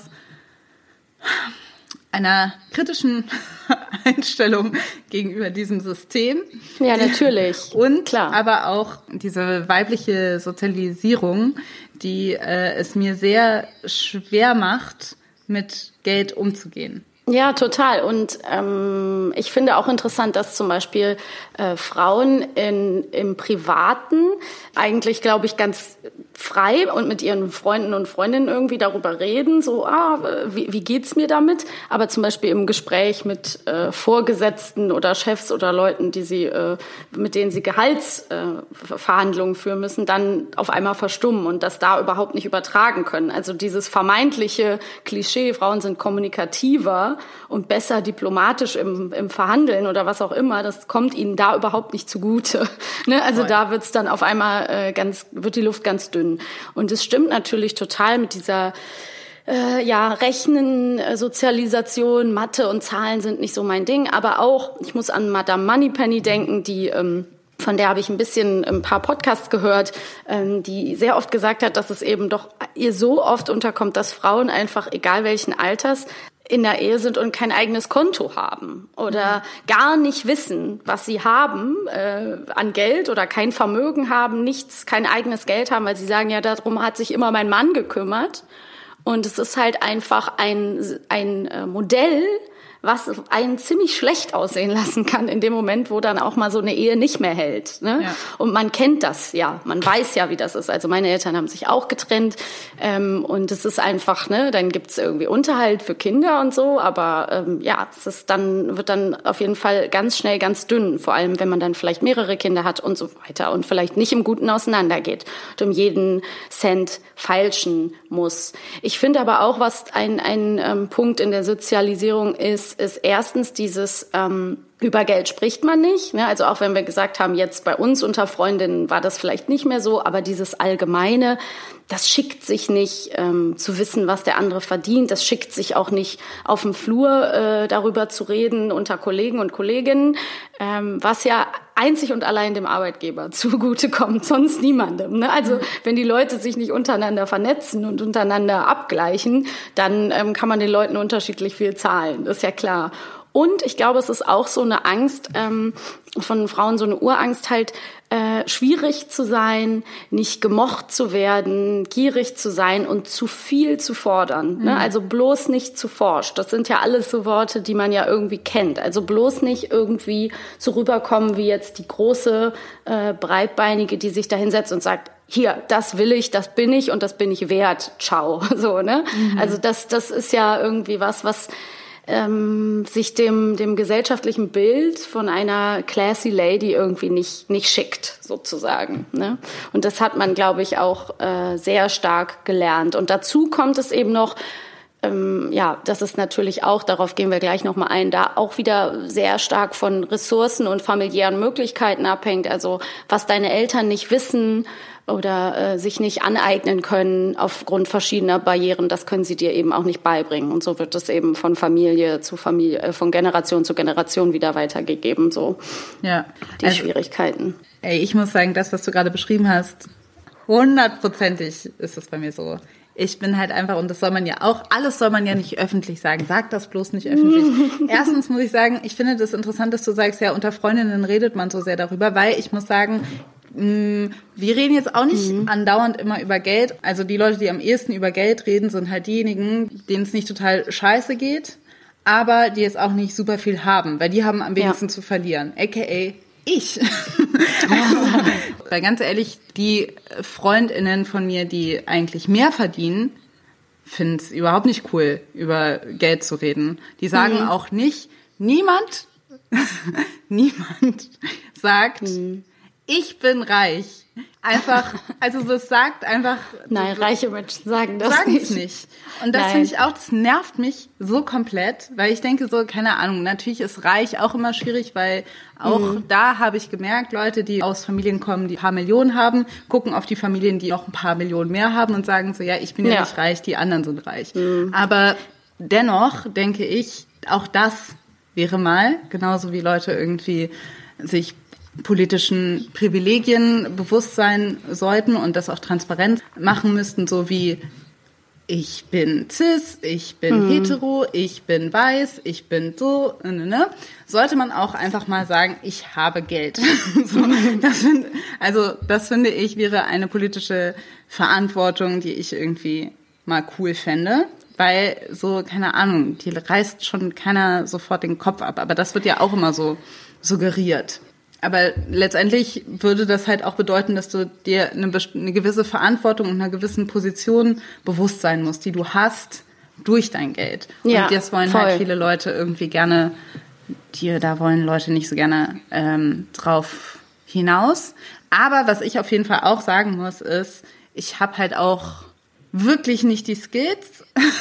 einer kritischen Einstellung gegenüber diesem System. Ja, natürlich. Und klar, aber auch diese weibliche Sozialisierung, die es mir sehr schwer macht, mit Geld umzugehen. Ja, total. Und ich finde auch interessant, dass zum Beispiel Frauen im Privaten eigentlich, glaube ich, ganz frei und mit ihren Freunden und Freundinnen irgendwie darüber reden, so, wie geht's mir damit? Aber zum Beispiel im Gespräch mit Vorgesetzten oder Chefs oder Leuten, mit denen sie Gehaltsverhandlungen führen müssen, dann auf einmal verstummen und das da überhaupt nicht übertragen können. Also dieses vermeintliche Klischee, Frauen sind kommunikativer und besser diplomatisch im Verhandeln oder was auch immer, das kommt ihnen da überhaupt nicht zugute. Ne? Also da wird's dann auf einmal wird die Luft ganz dünn. Und es stimmt natürlich total mit dieser Rechnen, Sozialisation, Mathe und Zahlen sind nicht so mein Ding, aber auch, ich muss an Madame Moneypenny denken, die von der habe ich ein paar Podcasts gehört, die sehr oft gesagt hat, dass es eben doch ihr so oft unterkommt, dass Frauen einfach, egal welchen Alters, in der Ehe sind und kein eigenes Konto haben oder gar nicht wissen, was sie haben an Geld oder kein Vermögen haben, kein eigenes Geld haben, weil sie sagen, ja, darum hat sich immer mein Mann gekümmert. Und es ist halt einfach ein Modell, was einen ziemlich schlecht aussehen lassen kann in dem Moment, wo dann auch mal so eine Ehe nicht mehr hält. Ne? Ja. Und man kennt das ja, man weiß ja, wie das ist. Also meine Eltern haben sich auch getrennt und es ist einfach, ne, dann gibt's irgendwie Unterhalt für Kinder und so, aber wird dann auf jeden Fall ganz schnell ganz dünn, vor allem wenn man dann vielleicht mehrere Kinder hat und so weiter und vielleicht nicht im Guten auseinandergeht und um jeden Cent feilschen muss. Ich finde aber auch, was ein Punkt in der Sozialisierung ist erstens dieses über Geld spricht man nicht. Ne? Also auch wenn wir gesagt haben, jetzt bei uns unter Freundinnen war das vielleicht nicht mehr so, aber dieses Allgemeine, das schickt sich nicht zu wissen, was der andere verdient. Das schickt sich auch nicht auf dem Flur darüber zu reden unter Kollegen und Kolleginnen, was ja einzig und allein dem Arbeitgeber zugutekommt, sonst niemandem. Ne? Also wenn die Leute sich nicht untereinander vernetzen und untereinander abgleichen, dann kann man den Leuten unterschiedlich viel zahlen, das ist ja klar. Und ich glaube, es ist auch so eine Angst von Frauen, so eine Urangst halt, schwierig zu sein, nicht gemocht zu werden, gierig zu sein und zu viel zu fordern. Ne? Also bloß nicht zu forsch. Das sind ja alles so Worte, die man ja irgendwie kennt. Also bloß nicht irgendwie so rüberkommen wie jetzt die große, breitbeinige, die sich da hinsetzt und sagt, hier, das will ich, das bin ich und das bin ich wert. Ciao. So, ne? Also das ist ja irgendwie was sich dem gesellschaftlichen Bild von einer classy Lady irgendwie nicht schickt, sozusagen. Ne? Und das hat man, glaube ich, auch sehr stark gelernt. Und dazu kommt es eben noch, das ist natürlich auch, darauf gehen wir gleich nochmal ein, da auch wieder sehr stark von Ressourcen und familiären Möglichkeiten abhängt. Also was deine Eltern nicht wissen oder sich nicht aneignen können aufgrund verschiedener Barrieren, das können sie dir eben auch nicht beibringen. Und so wird es eben von Familie zu Familie, von Generation zu Generation wieder weitergegeben, so die Schwierigkeiten. Ey, ich muss sagen, das, was du gerade beschrieben hast, 100%ig ist es bei mir so. Ich bin halt einfach, und das soll man ja auch, alles soll man ja nicht öffentlich sagen. Sag das bloß nicht öffentlich. Erstens muss ich sagen, ich finde das interessant, dass du sagst, ja, unter Freundinnen redet man so sehr darüber, weil ich muss sagen, wir reden jetzt auch nicht andauernd immer über Geld. Also die Leute, die am ehesten über Geld reden, sind halt diejenigen, denen es nicht total scheiße geht, aber die jetzt auch nicht super viel haben, weil die haben am wenigsten zu verlieren. AKA ich. Weil ganz ehrlich, die FreundInnen von mir, die eigentlich mehr verdienen, finden es überhaupt nicht cool, über Geld zu reden. Die sagen auch nicht, niemand sagt, ich bin reich. Einfach, also das sagt einfach... Nein, reiche Menschen sagen das nicht. Und das finde ich auch, das nervt mich so komplett, weil ich denke so, keine Ahnung, natürlich ist reich auch immer schwierig, weil auch da habe ich gemerkt, Leute, die aus Familien kommen, die ein paar Millionen haben, gucken auf die Familien, die noch ein paar Millionen mehr haben und sagen so, ja, ich bin ja nicht reich, die anderen sind reich. Aber dennoch denke ich, auch das wäre mal, genauso wie Leute irgendwie sich politischen Privilegien bewusst sein sollten und das auch transparent machen müssten, so wie ich bin cis, ich bin hetero, ich bin weiß, ich bin so, sollte man auch einfach mal sagen, ich habe Geld. So, das finde ich wäre eine politische Verantwortung, die ich irgendwie mal cool fände. Weil so, keine Ahnung, die reißt schon keiner sofort den Kopf ab. Aber das wird ja auch immer so suggeriert. Aber letztendlich würde das halt auch bedeuten, dass du dir eine gewisse Verantwortung und einer gewissen Position bewusst sein musst, die du hast durch dein Geld. Und das wollen halt viele Leute irgendwie gerne, da wollen Leute nicht so gerne drauf hinaus. Aber was ich auf jeden Fall auch sagen muss, ist, ich habe halt auch wirklich nicht die Skills.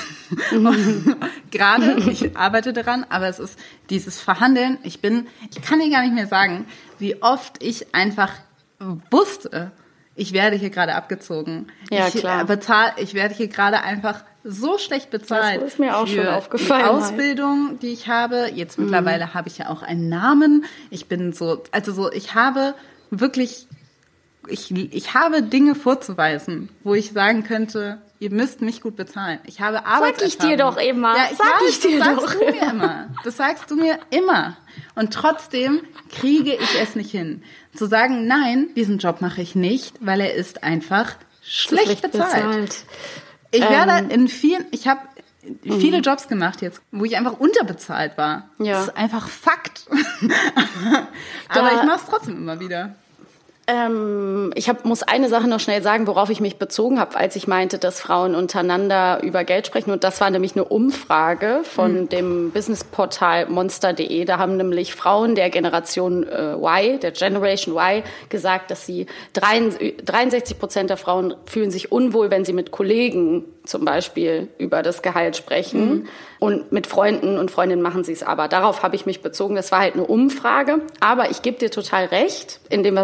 Gerade, ich arbeite daran, aber es ist dieses Verhandeln. Ich kann dir gar nicht mehr sagen, wie oft ich einfach wusste, ich werde hier gerade abgezogen. Ja, klar. Ich werde hier gerade einfach so schlecht bezahlt. Das ist mir auch schon aufgefallen. Die Ausbildung, die ich habe. Jetzt mittlerweile habe ich ja auch einen Namen. Ich bin ich habe wirklich, ich habe Dinge vorzuweisen, wo ich sagen könnte, ihr müsst mich gut bezahlen. Ich habe Arbeitserfahrung. Sag ich dir doch immer. Ja, das sagst du mir immer. Und trotzdem kriege ich es nicht hin. Zu sagen, nein, diesen Job mache ich nicht, weil er ist einfach schlecht bezahlt. Ich habe viele Jobs gemacht jetzt, wo ich einfach unterbezahlt war. Ja. Das ist einfach Fakt. Aber ich mache es trotzdem immer wieder. Muss eine Sache noch schnell sagen, worauf ich mich bezogen habe, als ich meinte, dass Frauen untereinander über Geld sprechen. Und das war nämlich eine Umfrage von dem Businessportal monster.de. Da haben nämlich Frauen der Generation Y, der Generation Y, gesagt, dass 63% der Frauen fühlen sich unwohl, wenn sie mit Kollegen zum Beispiel über das Gehalt sprechen. Und mit Freunden und Freundinnen machen sie es aber. Darauf habe ich mich bezogen. Das war halt eine Umfrage. Aber ich gebe dir total recht in dem, was du gesagt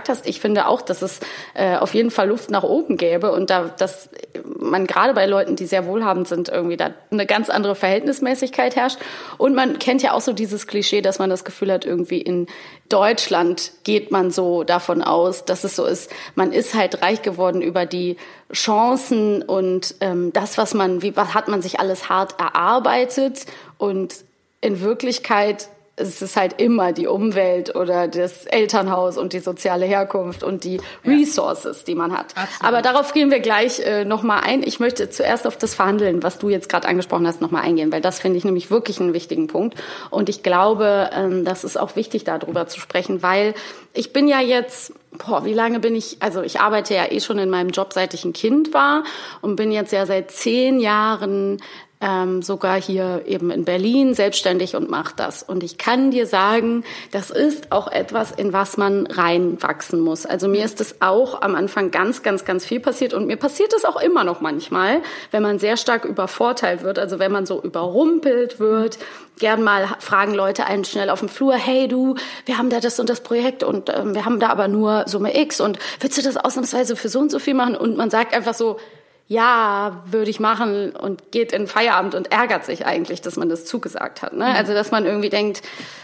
gesagt hast. Ich finde auch, dass es auf jeden Fall Luft nach oben gäbe und dass man gerade bei Leuten, die sehr wohlhabend sind, irgendwie da eine ganz andere Verhältnismäßigkeit herrscht. Und man kennt ja auch so dieses Klischee, dass man das Gefühl hat, irgendwie in Deutschland geht man so davon aus, dass es so ist, man ist halt reich geworden über die Chancen und das, was hat man sich alles hart erarbeitet, und in Wirklichkeit ist es halt immer die Umwelt oder das Elternhaus und die soziale Herkunft und die Resources, die man hat. Absolut. Aber darauf gehen wir gleich nochmal ein. Ich möchte zuerst auf das Verhandeln, was du jetzt gerade angesprochen hast, nochmal eingehen, weil das finde ich nämlich wirklich einen wichtigen Punkt. Und ich glaube, das ist auch wichtig, darüber zu sprechen, weil ich bin ja jetzt, wie lange bin ich, also ich arbeite ja schon in meinem Job, seit ich ein Kind war, und bin jetzt ja seit 10 Jahren sogar hier eben in Berlin selbstständig und mache das. Und ich kann dir sagen, das ist auch etwas, in was man reinwachsen muss. Also mir ist es auch am Anfang ganz, ganz, ganz viel passiert, und mir passiert es auch immer noch manchmal, wenn man sehr stark übervorteilt wird, also wenn man so überrumpelt wird. Gern mal fragen Leute einen schnell auf dem Flur, hey du, wir haben da das und das Projekt und wir haben da aber nur Summe X und willst du das ausnahmsweise für so und so viel machen? Und man sagt einfach so, ja, würde ich machen, und geht in Feierabend und ärgert sich eigentlich, dass man das zugesagt hat. Ne? Also dass man irgendwie denkt,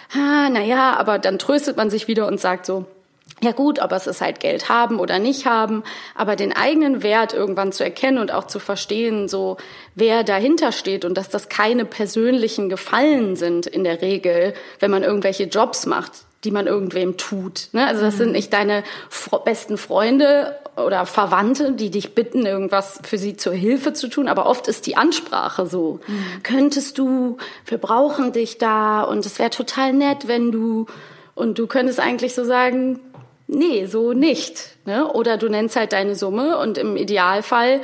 aber dann tröstet man sich wieder und sagt so, ja gut, aber es ist halt Geld haben oder nicht haben, aber den eigenen Wert irgendwann zu erkennen und auch zu verstehen, so wer dahinter steht, und dass das keine persönlichen Gefallen sind in der Regel, wenn man irgendwelche Jobs macht, die man irgendwem tut. Ne? Also das sind nicht deine besten Freunde oder Verwandte, die dich bitten, irgendwas für sie zur Hilfe zu tun. Aber oft ist die Ansprache so, könntest du, wir brauchen dich da und es wäre total nett, wenn du, und du könntest eigentlich so sagen, nee, so nicht. Ne? Oder du nennst halt deine Summe, und im Idealfall,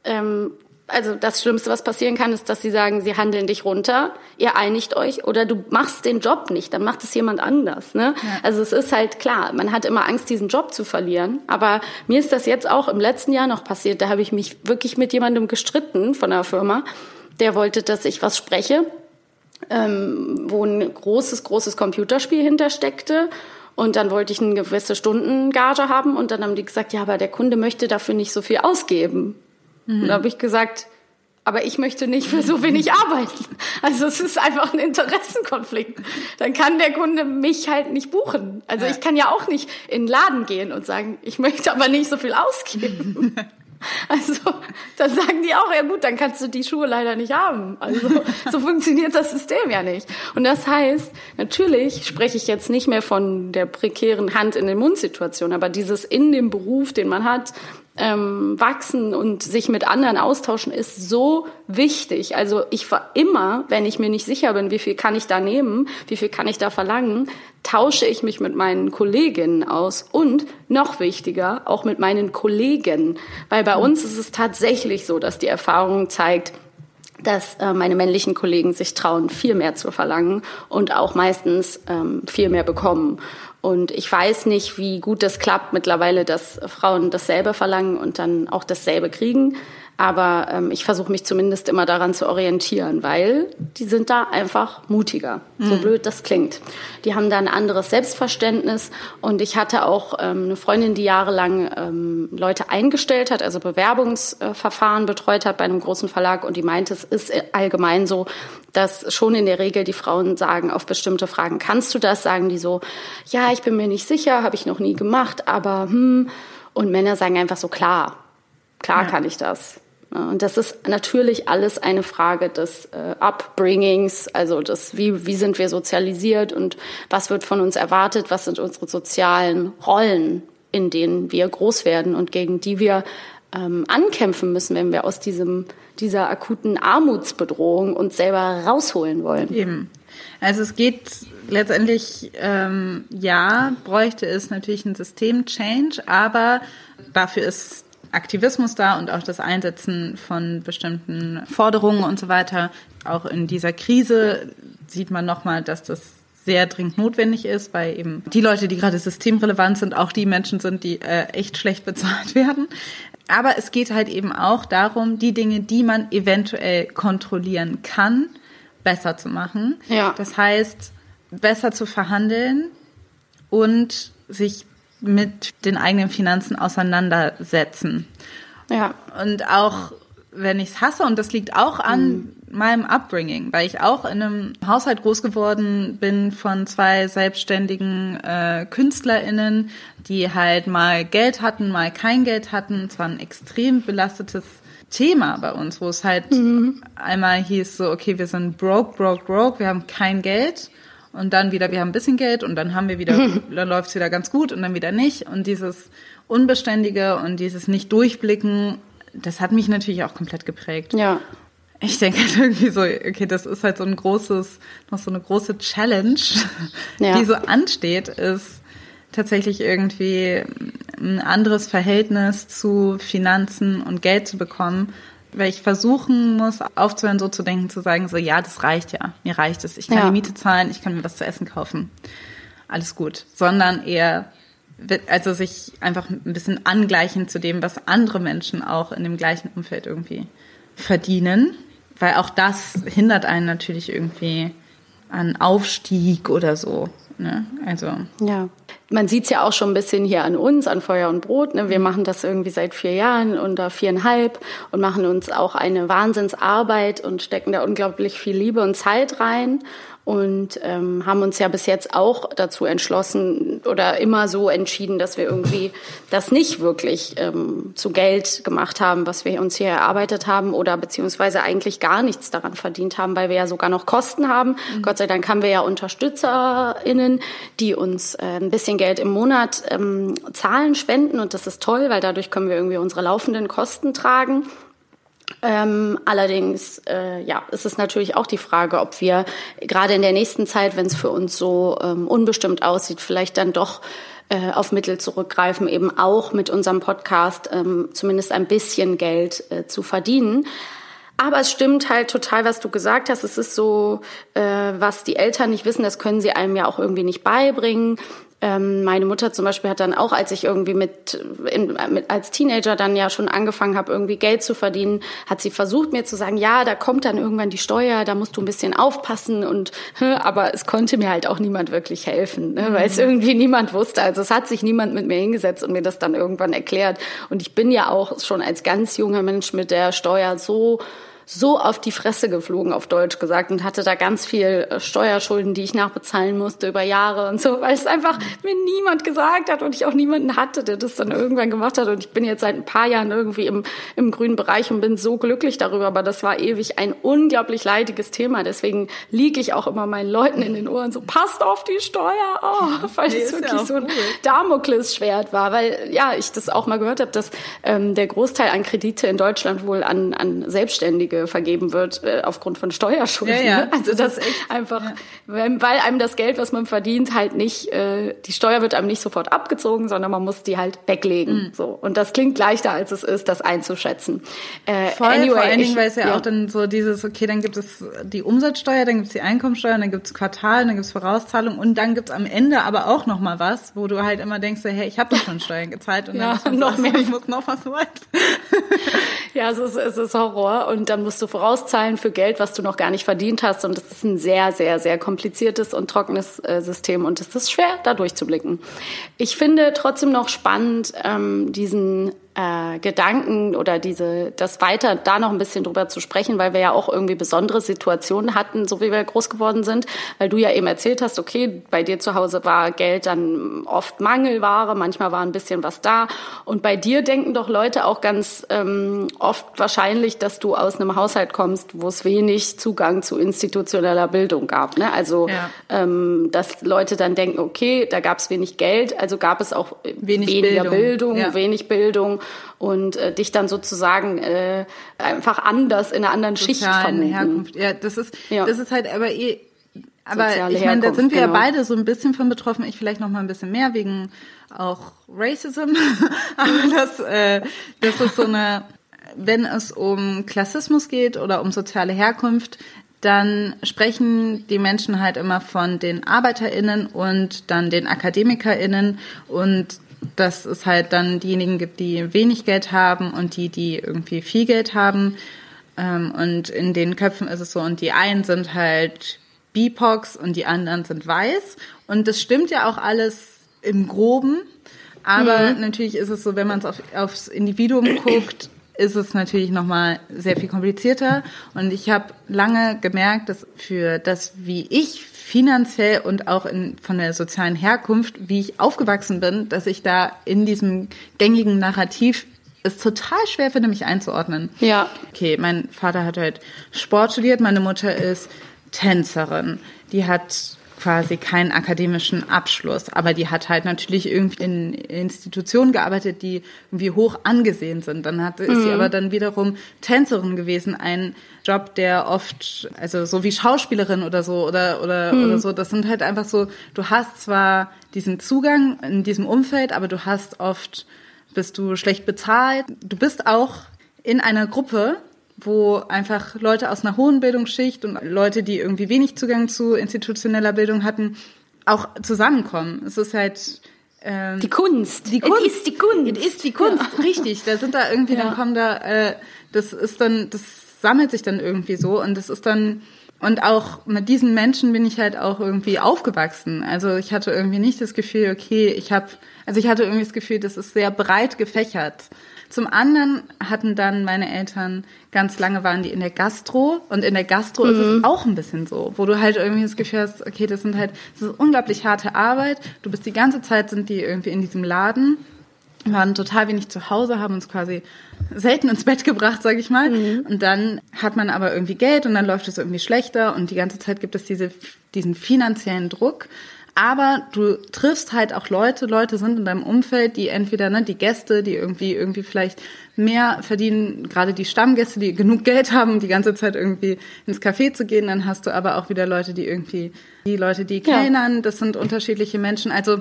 also das Schlimmste, was passieren kann, ist, dass sie sagen, sie handeln dich runter, ihr einigt euch, oder du machst den Job nicht, dann macht es jemand anders. Ne? Ja. Also es ist halt klar, man hat immer Angst, diesen Job zu verlieren. Aber mir ist das jetzt auch im letzten Jahr noch passiert. Da habe ich mich wirklich mit jemandem gestritten von der Firma, der wollte, dass ich was spreche, wo ein großes Computerspiel hintersteckte. Und dann wollte ich eine gewisse Stundengage haben, und dann haben die gesagt, ja, aber der Kunde möchte dafür nicht so viel ausgeben. Und da habe ich gesagt, aber ich möchte nicht für so wenig arbeiten. Also es ist einfach ein Interessenkonflikt. Dann kann der Kunde mich halt nicht buchen. Also ich kann ja auch nicht in den Laden gehen und sagen, ich möchte aber nicht so viel ausgeben. Also dann sagen die auch, ja gut, dann kannst du die Schuhe leider nicht haben. Also so funktioniert das System ja nicht. Und das heißt, natürlich spreche ich jetzt nicht mehr von der prekären Hand-in-den-Mund-Situation, aber dieses in dem Beruf, den man hat, wachsen und sich mit anderen austauschen, ist so wichtig. Also ich war immer, wenn ich mir nicht sicher bin, wie viel kann ich da nehmen, wie viel kann ich da verlangen, tausche ich mich mit meinen Kolleginnen aus, und noch wichtiger, auch mit meinen Kollegen. Weil bei uns ist es tatsächlich so, dass die Erfahrung zeigt, dass meine männlichen Kollegen sich trauen, viel mehr zu verlangen und auch meistens viel mehr bekommen. Und ich weiß nicht, wie gut das klappt mittlerweile, dass Frauen dasselbe verlangen und dann auch dasselbe kriegen. Aber ich versuche mich zumindest immer daran zu orientieren, weil die sind da einfach mutiger. So blöd das klingt. Die haben da ein anderes Selbstverständnis. Und ich hatte auch eine Freundin, die jahrelang Leute eingestellt hat, also Bewerbungsverfahren betreut hat bei einem großen Verlag. Und die meinte, es ist allgemein so, dass schon in der Regel die Frauen sagen auf bestimmte Fragen, kannst du das? Sagen die so, ja, ich bin mir nicht sicher, habe ich noch nie gemacht, aber Und Männer sagen einfach so, klar kann ich das. Und das ist natürlich alles eine Frage des Upbringings, also wie sind wir sozialisiert und was wird von uns erwartet, was sind unsere sozialen Rollen, in denen wir groß werden und gegen die wir ankämpfen müssen, wenn wir aus dieser akuten Armutsbedrohung uns selber rausholen wollen. Eben. Also es geht letztendlich, bräuchte es natürlich einen System-Change, aber dafür ist Aktivismus da und auch das Einsetzen von bestimmten Forderungen und so weiter. Auch in dieser Krise sieht man nochmal, dass das sehr dringend notwendig ist, weil eben die Leute, die gerade systemrelevant sind, auch die Menschen sind, die echt schlecht bezahlt werden. Aber es geht halt eben auch darum, die Dinge, die man eventuell kontrollieren kann, besser zu machen. Ja. Das heißt, besser zu verhandeln und sich mit den eigenen Finanzen auseinandersetzen. Ja. Und auch wenn ich es hasse, und das liegt auch an meinem Upbringing, weil ich auch in einem Haushalt groß geworden bin von 2 selbstständigen KünstlerInnen, die halt mal Geld hatten, mal kein Geld hatten. Es war ein extrem belastetes Thema bei uns, wo es halt einmal hieß so, okay, wir sind broke, wir haben kein Geld. Und dann wieder, wir haben ein bisschen Geld und dann haben wir wieder, dann läuft es wieder ganz gut und dann wieder nicht. Und dieses Unbeständige und dieses Nicht-Durchblicken, das hat mich natürlich auch komplett geprägt. Ja. Ich denke halt irgendwie so, okay, das ist halt so noch so eine große Challenge, die so ansteht, ist tatsächlich irgendwie ein anderes Verhältnis zu Finanzen und Geld zu bekommen, weil ich versuchen muss, aufzuhören, so zu denken, zu sagen, so, ja, das reicht ja, mir reicht es, ich kann die Miete zahlen, ich kann mir was zu essen kaufen, alles gut, sondern eher, also sich einfach ein bisschen angleichen zu dem, was andere Menschen auch in dem gleichen Umfeld irgendwie verdienen, weil auch das hindert einen natürlich irgendwie an Aufstieg oder so, ne? Also ja, man sieht's ja auch schon ein bisschen hier an uns, an Feuer und Brot. Ne? Wir machen das irgendwie seit 4 Jahren oder 4,5 und machen uns auch eine Wahnsinnsarbeit und stecken da unglaublich viel Liebe und Zeit rein. Und haben uns ja bis jetzt auch dazu entschlossen oder immer so entschieden, dass wir irgendwie das nicht wirklich zu Geld gemacht haben, was wir uns hier erarbeitet haben oder beziehungsweise eigentlich gar nichts daran verdient haben, weil wir ja sogar noch Kosten haben. Gott sei Dank haben wir ja UnterstützerInnen, die uns ein bisschen Geld im Monat zahlen, spenden und das ist toll, weil dadurch können wir irgendwie unsere laufenden Kosten tragen. Allerdings ist es natürlich auch die Frage, ob wir gerade in der nächsten Zeit, wenn es für uns so unbestimmt aussieht, vielleicht dann doch auf Mittel zurückgreifen, eben auch mit unserem Podcast zumindest ein bisschen Geld zu verdienen. Aber es stimmt halt total, was du gesagt hast. Es ist so, was die Eltern nicht wissen, das können sie einem ja auch irgendwie nicht beibringen. Meine Mutter zum Beispiel hat dann auch, als ich irgendwie als Teenager dann ja schon angefangen habe, irgendwie Geld zu verdienen, hat sie versucht mir zu sagen, ja, da kommt dann irgendwann die Steuer, da musst du ein bisschen aufpassen aber es konnte mir halt auch niemand wirklich helfen, ne, weil es irgendwie niemand wusste. Also es hat sich niemand mit mir hingesetzt und mir das dann irgendwann erklärt. Und ich bin ja auch schon als ganz junger Mensch mit der Steuer so auf die Fresse geflogen, auf Deutsch gesagt, und hatte da ganz viel Steuerschulden, die ich nachbezahlen musste über Jahre und so, weil es einfach mir niemand gesagt hat und ich auch niemanden hatte, der das dann irgendwann gemacht hat. Und ich bin jetzt seit ein paar Jahren irgendwie im grünen Bereich und bin so glücklich darüber, aber das war ewig ein unglaublich leidiges Thema. Deswegen liege ich auch immer meinen Leuten in den Ohren so, passt auf die Steuer, weil das wirklich so ein Damoklesschwert war, weil ja, ich das auch mal gehört habe, dass der Großteil an Kredite in Deutschland wohl an Selbstständige vergeben wird aufgrund von Steuerschulden. Ja. Also das ist einfach, weil einem das Geld, was man verdient, halt nicht, die Steuer wird einem nicht sofort abgezogen, sondern man muss die halt weglegen. So. Und das klingt leichter, als es ist, das einzuschätzen. Vor allen Dingen, weil es ja auch dann so dieses, okay, dann gibt es die Umsatzsteuer, dann gibt es die Einkommensteuer, dann gibt es Quartal, dann gibt es Vorauszahlung und dann gibt es am Ende aber auch noch mal was, wo du halt immer denkst, hey, ich habe doch schon Steuern gezahlt und dann noch mehr, ich muss noch was weit. Ja, es ist Horror und dann musst du vorauszahlen für Geld, was du noch gar nicht verdient hast. Und das ist ein sehr, sehr, sehr kompliziertes und trockenes System. Und es ist schwer, da durchzublicken. Ich finde trotzdem noch spannend, diesen Gedanken oder das weiter da noch ein bisschen drüber zu sprechen, weil wir ja auch irgendwie besondere Situationen hatten, so wie wir groß geworden sind, weil du ja eben erzählt hast, okay, bei dir zu Hause war Geld dann oft Mangelware, manchmal war ein bisschen was da und bei dir denken doch Leute auch ganz oft wahrscheinlich, dass du aus einem Haushalt kommst, wo es wenig Zugang zu institutioneller Bildung gab, ne? Also dass Leute dann denken, okay, da gab es wenig Geld, also gab es auch weniger Bildung, wenig Bildung und dich dann sozusagen einfach anders in einer anderen Schicht vermuten. Herkunft. Ja, das ist halt aber ich meine, da sind wir ja beide so ein bisschen von betroffen. Ich vielleicht noch mal ein bisschen mehr wegen auch Racism. Aber das ist so eine, wenn es um Klassismus geht oder um soziale Herkunft, dann sprechen die Menschen halt immer von den ArbeiterInnen und dann den AkademikerInnen und dass es halt dann diejenigen gibt, die wenig Geld haben und die irgendwie viel Geld haben. Und in den Köpfen ist es so, und die einen sind halt BIPOX und die anderen sind weiß. Und das stimmt ja auch alles im Groben. Aber natürlich ist es so, wenn man es aufs Individuum guckt, ist es natürlich nochmal sehr viel komplizierter. Und ich habe lange gemerkt, dass für das, wie ich finanziell und auch von der sozialen Herkunft, wie ich aufgewachsen bin, dass ich da in diesem gängigen Narrativ es total schwer finde, mich einzuordnen. Ja. Okay, mein Vater hat halt Sport studiert, meine Mutter ist Tänzerin. Die hat quasi keinen akademischen Abschluss, aber die hat halt natürlich irgendwie in Institutionen gearbeitet, die irgendwie hoch angesehen sind. Dann ist sie aber dann wiederum Tänzerin gewesen, ein Job, der oft, also so wie Schauspielerin oder so oder so, das sind halt einfach so, du hast zwar diesen Zugang in diesem Umfeld, aber du hast oft, bist du schlecht bezahlt. Du bist auch in einer Gruppe, wo einfach Leute aus einer hohen Bildungsschicht und Leute, die irgendwie wenig Zugang zu institutioneller Bildung hatten, auch zusammenkommen. Es ist halt die Kunst. Es ist die Kunst, ja. Richtig. Da sind da irgendwie, dann kommen da, das sammelt sich dann irgendwie so und das ist dann, und auch mit diesen Menschen bin ich halt auch irgendwie aufgewachsen. Also ich hatte irgendwie nicht das Gefühl, okay, ich hatte irgendwie das Gefühl, das ist sehr breit gefächert. Zum anderen hatten dann meine Eltern, ganz lange waren die in der Gastro und in der Gastro ist es auch ein bisschen so, wo du halt irgendwie das Gefühl hast, okay, das ist unglaublich harte Arbeit, du bist die ganze Zeit, sind die irgendwie in diesem Laden, waren total wenig zu Hause, haben uns quasi selten ins Bett gebracht, sag ich mal, und dann hat man aber irgendwie Geld und dann läuft es irgendwie schlechter und die ganze Zeit gibt es diesen finanziellen Druck. Aber du triffst halt auch Leute sind in deinem Umfeld, die entweder, die Gäste, die irgendwie vielleicht mehr verdienen, gerade die Stammgäste, die genug Geld haben, die ganze Zeit irgendwie ins Café zu gehen. Dann hast du aber auch wieder Leute, die kellnern, das sind unterschiedliche Menschen. Also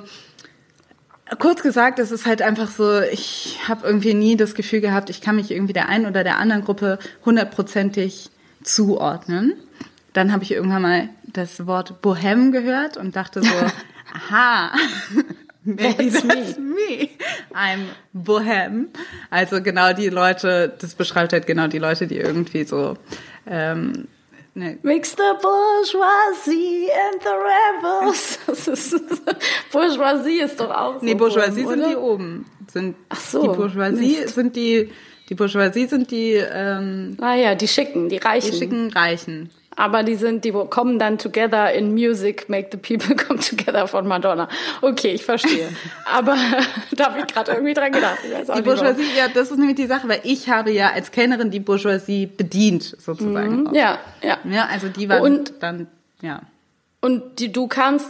kurz gesagt, es ist halt einfach so, ich habe irgendwie nie das Gefühl gehabt, ich kann mich irgendwie der einen oder der anderen Gruppe 100%ig zuordnen. Dann habe ich irgendwann mal das Wort Bohem gehört und dachte so, aha, maybe that's me. I'm Bohem. Also genau die Leute, das beschreibt halt genau die Leute, die irgendwie so Mix the bourgeoisie and the rebels. Bourgeoisie ist doch auch so. Nee, Bourgeoisie sind die oben. Ach so. Die Bourgeoisie sind die Bourgeoisie sind die die Schicken, die Reichen. Die schicken Reichen. Aber die kommen dann together in Music, Make the People Come Together von Madonna. Okay, ich verstehe. Aber da habe ich gerade irgendwie dran gedacht. Die Bourgeoisie, ja, das ist nämlich die Sache, weil ich habe ja als Kellnerin die Bourgeoisie bedient, sozusagen. Ja. Ja, also die waren dann, ja. Und kamst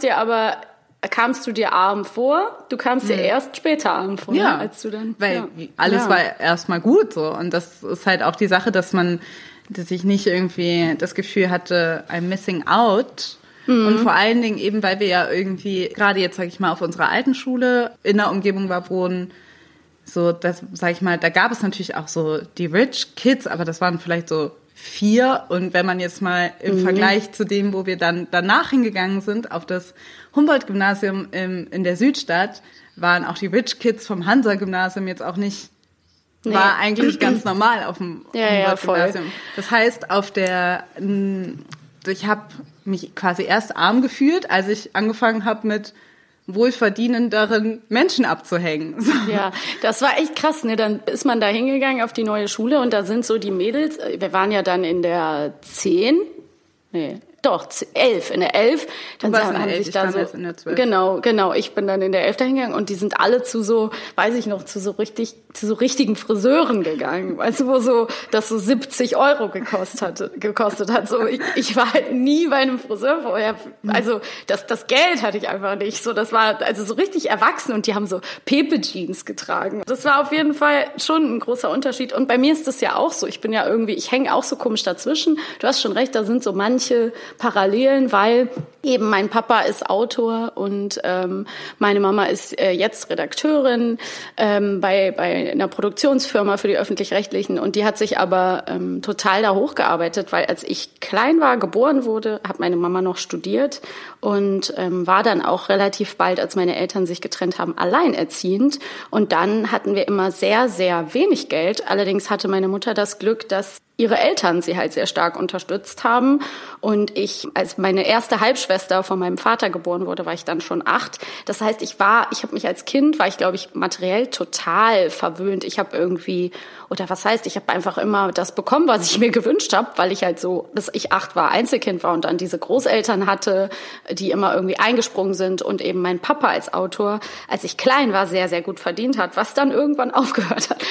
du dir arm vor? Du kamst dir erst später arm vor, ja, als du dann... Weil alles war erstmal gut so. Und das ist halt auch die Sache, dass ich nicht irgendwie das Gefühl hatte, I'm missing out. Und vor allen Dingen eben, weil wir ja irgendwie, gerade jetzt, sag ich mal, auf unserer alten Schule in der Umgebung wohnen, so, das, sag ich mal, da gab es natürlich auch so die Rich Kids, aber das waren vielleicht so 4. Und wenn man jetzt mal im Vergleich zu dem, wo wir dann danach hingegangen sind, auf das Humboldt-Gymnasium in der Südstadt, waren auch die Rich Kids vom Hansa-Gymnasium jetzt auch nicht... War eigentlich ganz normal auf dem Humboldt-Gymnasium. Das heißt, ich habe mich quasi erst arm gefühlt, als ich angefangen habe mit wohlverdienenderen Menschen abzuhängen. So. Ja, das war echt krass, ne? Dann ist man da hingegangen auf die neue Schule und da sind so die Mädels, wir waren ja dann in der 10, nee, doch, 11, in der 11. Dann haben sich da so, in der 12. Genau, ich bin dann in der 11 da hingegangen und die sind alle zu so richtigen Friseuren gegangen, weißt du, wo das so 70 € gekostet hat. So, ich war halt nie bei einem Friseur vorher, also das Geld hatte ich einfach nicht. So, das war also so richtig erwachsen und die haben so Pepe-Jeans getragen. Das war auf jeden Fall schon ein großer Unterschied. Und bei mir ist das ja auch so. Ich hänge auch so komisch dazwischen. Du hast schon recht, da sind so manche Parallelen, weil eben mein Papa ist Autor und meine Mama ist jetzt Redakteurin bei einer Produktionsfirma für die Öffentlich-Rechtlichen und die hat sich aber total da hochgearbeitet, weil als ich klein war, geboren wurde, hat meine Mama noch studiert und war dann auch relativ bald, als meine Eltern sich getrennt haben, alleinerziehend und dann hatten wir immer sehr, sehr wenig Geld. Allerdings hatte meine Mutter das Glück, dass ihre Eltern sie halt sehr stark unterstützt haben. Und ich, als meine erste Halbschwester von meinem Vater geboren wurde, war ich dann schon 8. Das heißt, ich habe mich als Kind, glaube ich, materiell total verwöhnt. Ich habe irgendwie, oder was heißt, ich habe einfach immer das bekommen, was ich mir gewünscht habe, weil ich halt so, bis ich 8 war, Einzelkind war und dann diese Großeltern hatte, die immer irgendwie eingesprungen sind und eben mein Papa als Autor, als ich klein war, sehr, sehr gut verdient hat, was dann irgendwann aufgehört hat.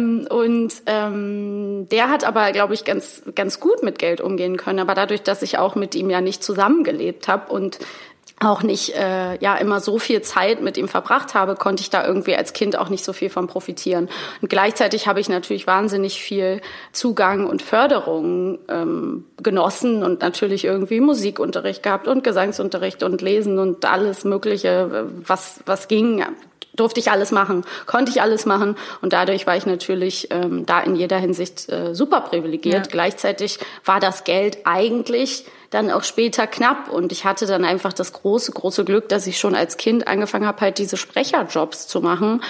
Der hat aber, glaube ich, ganz, ganz gut mit Geld umgehen können. Aber dadurch, dass ich auch mit ihm ja nicht zusammengelebt habe und auch nicht immer so viel Zeit mit ihm verbracht habe, konnte ich da irgendwie als Kind auch nicht so viel von profitieren. Und gleichzeitig habe ich natürlich wahnsinnig viel Zugang und Förderung genossen und natürlich irgendwie Musikunterricht gehabt und Gesangsunterricht und Lesen und alles Mögliche, was ging. Durfte ich alles machen, konnte ich alles machen und dadurch war ich natürlich da in jeder Hinsicht super privilegiert. Ja. Gleichzeitig war das Geld eigentlich dann auch später knapp und ich hatte dann einfach das große, große Glück, dass ich schon als Kind angefangen habe, halt diese Sprecherjobs zu machen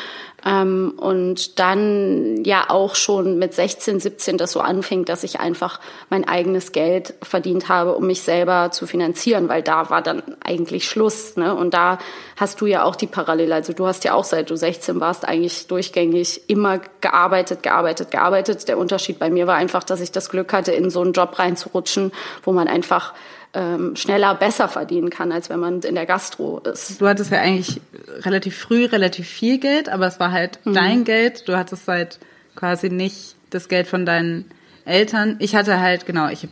und dann ja auch schon mit 16, 17 das so anfing, dass ich einfach mein eigenes Geld verdient habe, um mich selber zu finanzieren, weil da war dann eigentlich Schluss, ne? Und da hast du ja auch die Parallele, also du hast ja auch seit du 16 warst eigentlich durchgängig immer gearbeitet. Der Unterschied bei mir war einfach, dass ich das Glück hatte, in so einen Job reinzurutschen, wo man einfach schneller, besser verdienen kann, als wenn man in der Gastro ist. Du hattest ja eigentlich relativ früh relativ viel Geld, aber es war halt dein Geld. Du hattest halt quasi nicht das Geld von deinen Eltern. Ich hatte halt,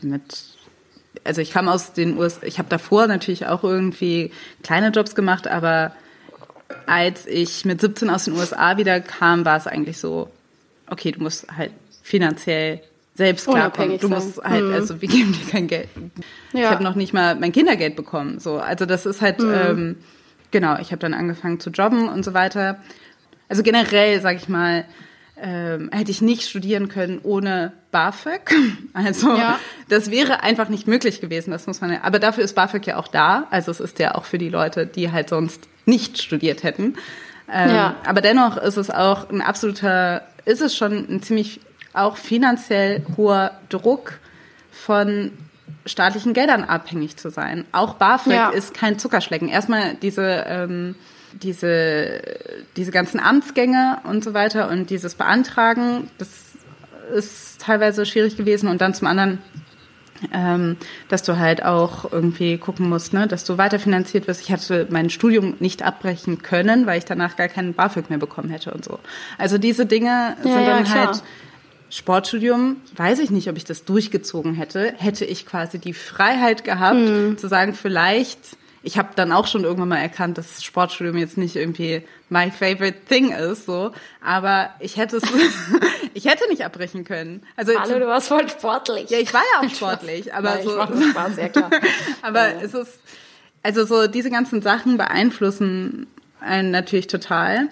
ich kam aus den USA, ich habe davor natürlich auch irgendwie kleine Jobs gemacht, aber als ich mit 17 aus den USA wieder kam, war es eigentlich so, okay, du musst halt finanziell selbst klarkommen. Du musst halt, also wir geben dir kein Geld. Ja. Ich habe noch nicht mal mein Kindergeld bekommen. So, also das ist halt, ich habe dann angefangen zu jobben und so weiter. Also generell, sag ich mal, hätte ich nicht studieren können ohne BAföG. Also das wäre einfach nicht möglich gewesen, das muss man ja. Aber dafür ist BAföG ja auch da. Also es ist ja auch für die Leute, die halt sonst nicht studiert hätten. Aber dennoch ist es auch schon ein ziemlich auch finanziell hoher Druck von staatlichen Geldern abhängig zu sein. Auch BAföG ist kein Zuckerschlecken. Erstmal diese ganzen Amtsgänge und so weiter und dieses Beantragen, das ist teilweise schwierig gewesen. Und dann zum anderen, dass du halt auch irgendwie gucken musst, ne, dass du weiterfinanziert wirst. Ich hatte mein Studium nicht abbrechen können, weil ich danach gar keinen BAföG mehr bekommen hätte und so. Also diese Dinge sind dann klar. Halt Sportstudium, weiß ich nicht, ob ich das durchgezogen hätte. Hätte ich quasi die Freiheit gehabt, zu sagen, vielleicht, ich habe dann auch schon irgendwann mal erkannt, dass Sportstudium jetzt nicht irgendwie my favorite thing ist, so. Aber ich hätte nicht abbrechen können. Also hallo, du warst voll sportlich. Ja, ich war ja auch sportlich, aber nein, so. Ich mach nur Spaß, ja klar. Aber es ist, also so diese ganzen Sachen beeinflussen einen natürlich total.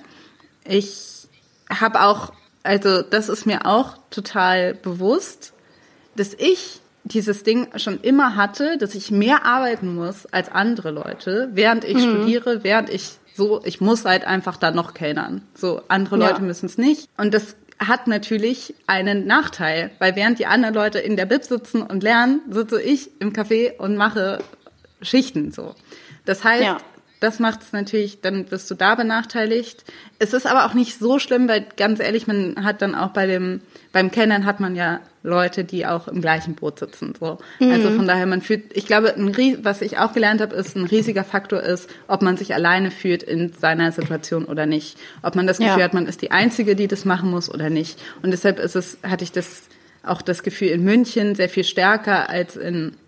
Ich habe auch, also das ist mir auch total bewusst, dass ich dieses Ding schon immer hatte, dass ich mehr arbeiten muss als andere Leute, während ich studiere, ich muss halt einfach da noch kellnern. So, andere Leute müssen es nicht. Und das hat natürlich einen Nachteil, weil während die anderen Leute in der Bib sitzen und lernen, sitze ich im Café und mache Schichten, so. Das heißt, das macht es natürlich, dann wirst du da benachteiligt. Es ist aber auch nicht so schlimm, weil ganz ehrlich, man hat dann auch beim Kellnern hat man ja Leute, die auch im gleichen Boot sitzen. So. Also von daher, ich glaube, was ich auch gelernt habe, ist, ein riesiger Faktor ist, ob man sich alleine fühlt in seiner Situation oder nicht. Ob man das Gefühl hat, man ist die Einzige, die das machen muss oder nicht. Und deshalb hatte ich das Gefühl in München sehr viel stärker als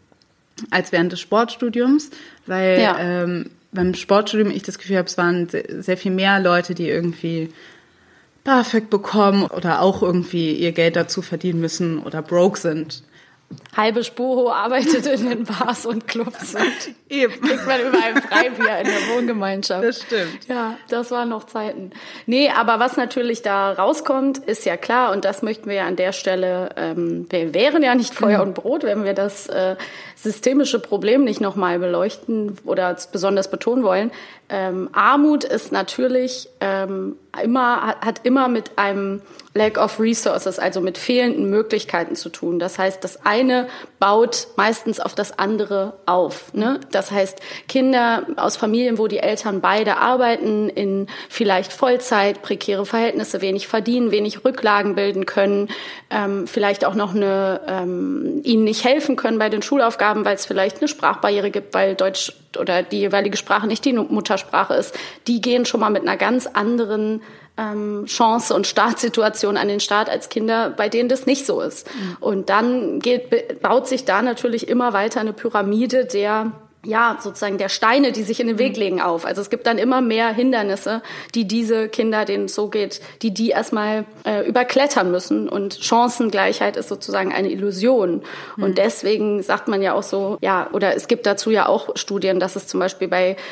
während des Sportstudiums, weil beim Sportstudium ich das Gefühl habe, es waren sehr viel mehr Leute, die irgendwie BAföG bekommen oder auch irgendwie ihr Geld dazu verdienen müssen oder broke sind. Halbe Spuro arbeitet in den Bars und Clubs und kriegt man überall ein Freibier in der Wohngemeinschaft. Das stimmt. Ja, das waren noch Zeiten. Nee, aber was natürlich da rauskommt, ist ja klar, und das möchten wir ja an der Stelle, wir wären ja nicht Feuer und Brot, wenn wir das systemische Problem nicht nochmal beleuchten oder besonders betonen wollen. Armut ist natürlich hat immer mit einem Lack of Resources, also mit fehlenden Möglichkeiten zu tun. Das heißt, das eine baut meistens auf das andere auf, ne? Das heißt, Kinder aus Familien, wo die Eltern beide arbeiten, in vielleicht Vollzeit, prekäre Verhältnisse, wenig verdienen, wenig Rücklagen bilden können, vielleicht auch noch ihnen nicht helfen können bei den Schulaufgaben, weil es vielleicht eine Sprachbarriere gibt, weil Deutsch oder die jeweilige Sprache nicht die Muttersprache ist. Die gehen schon mal mit einer ganz anderen Chance und Startsituation an den Start als Kinder, bei denen das nicht so ist. Und dann baut sich da natürlich immer weiter eine Pyramide der sozusagen der Steine, die sich in den Weg legen, auf. Also es gibt dann immer mehr Hindernisse, die diese Kinder, denen es so geht, die erstmal überklettern müssen. Und Chancengleichheit ist sozusagen eine Illusion. Und deswegen sagt man ja auch so, oder es gibt dazu ja auch Studien, dass es zum Beispiel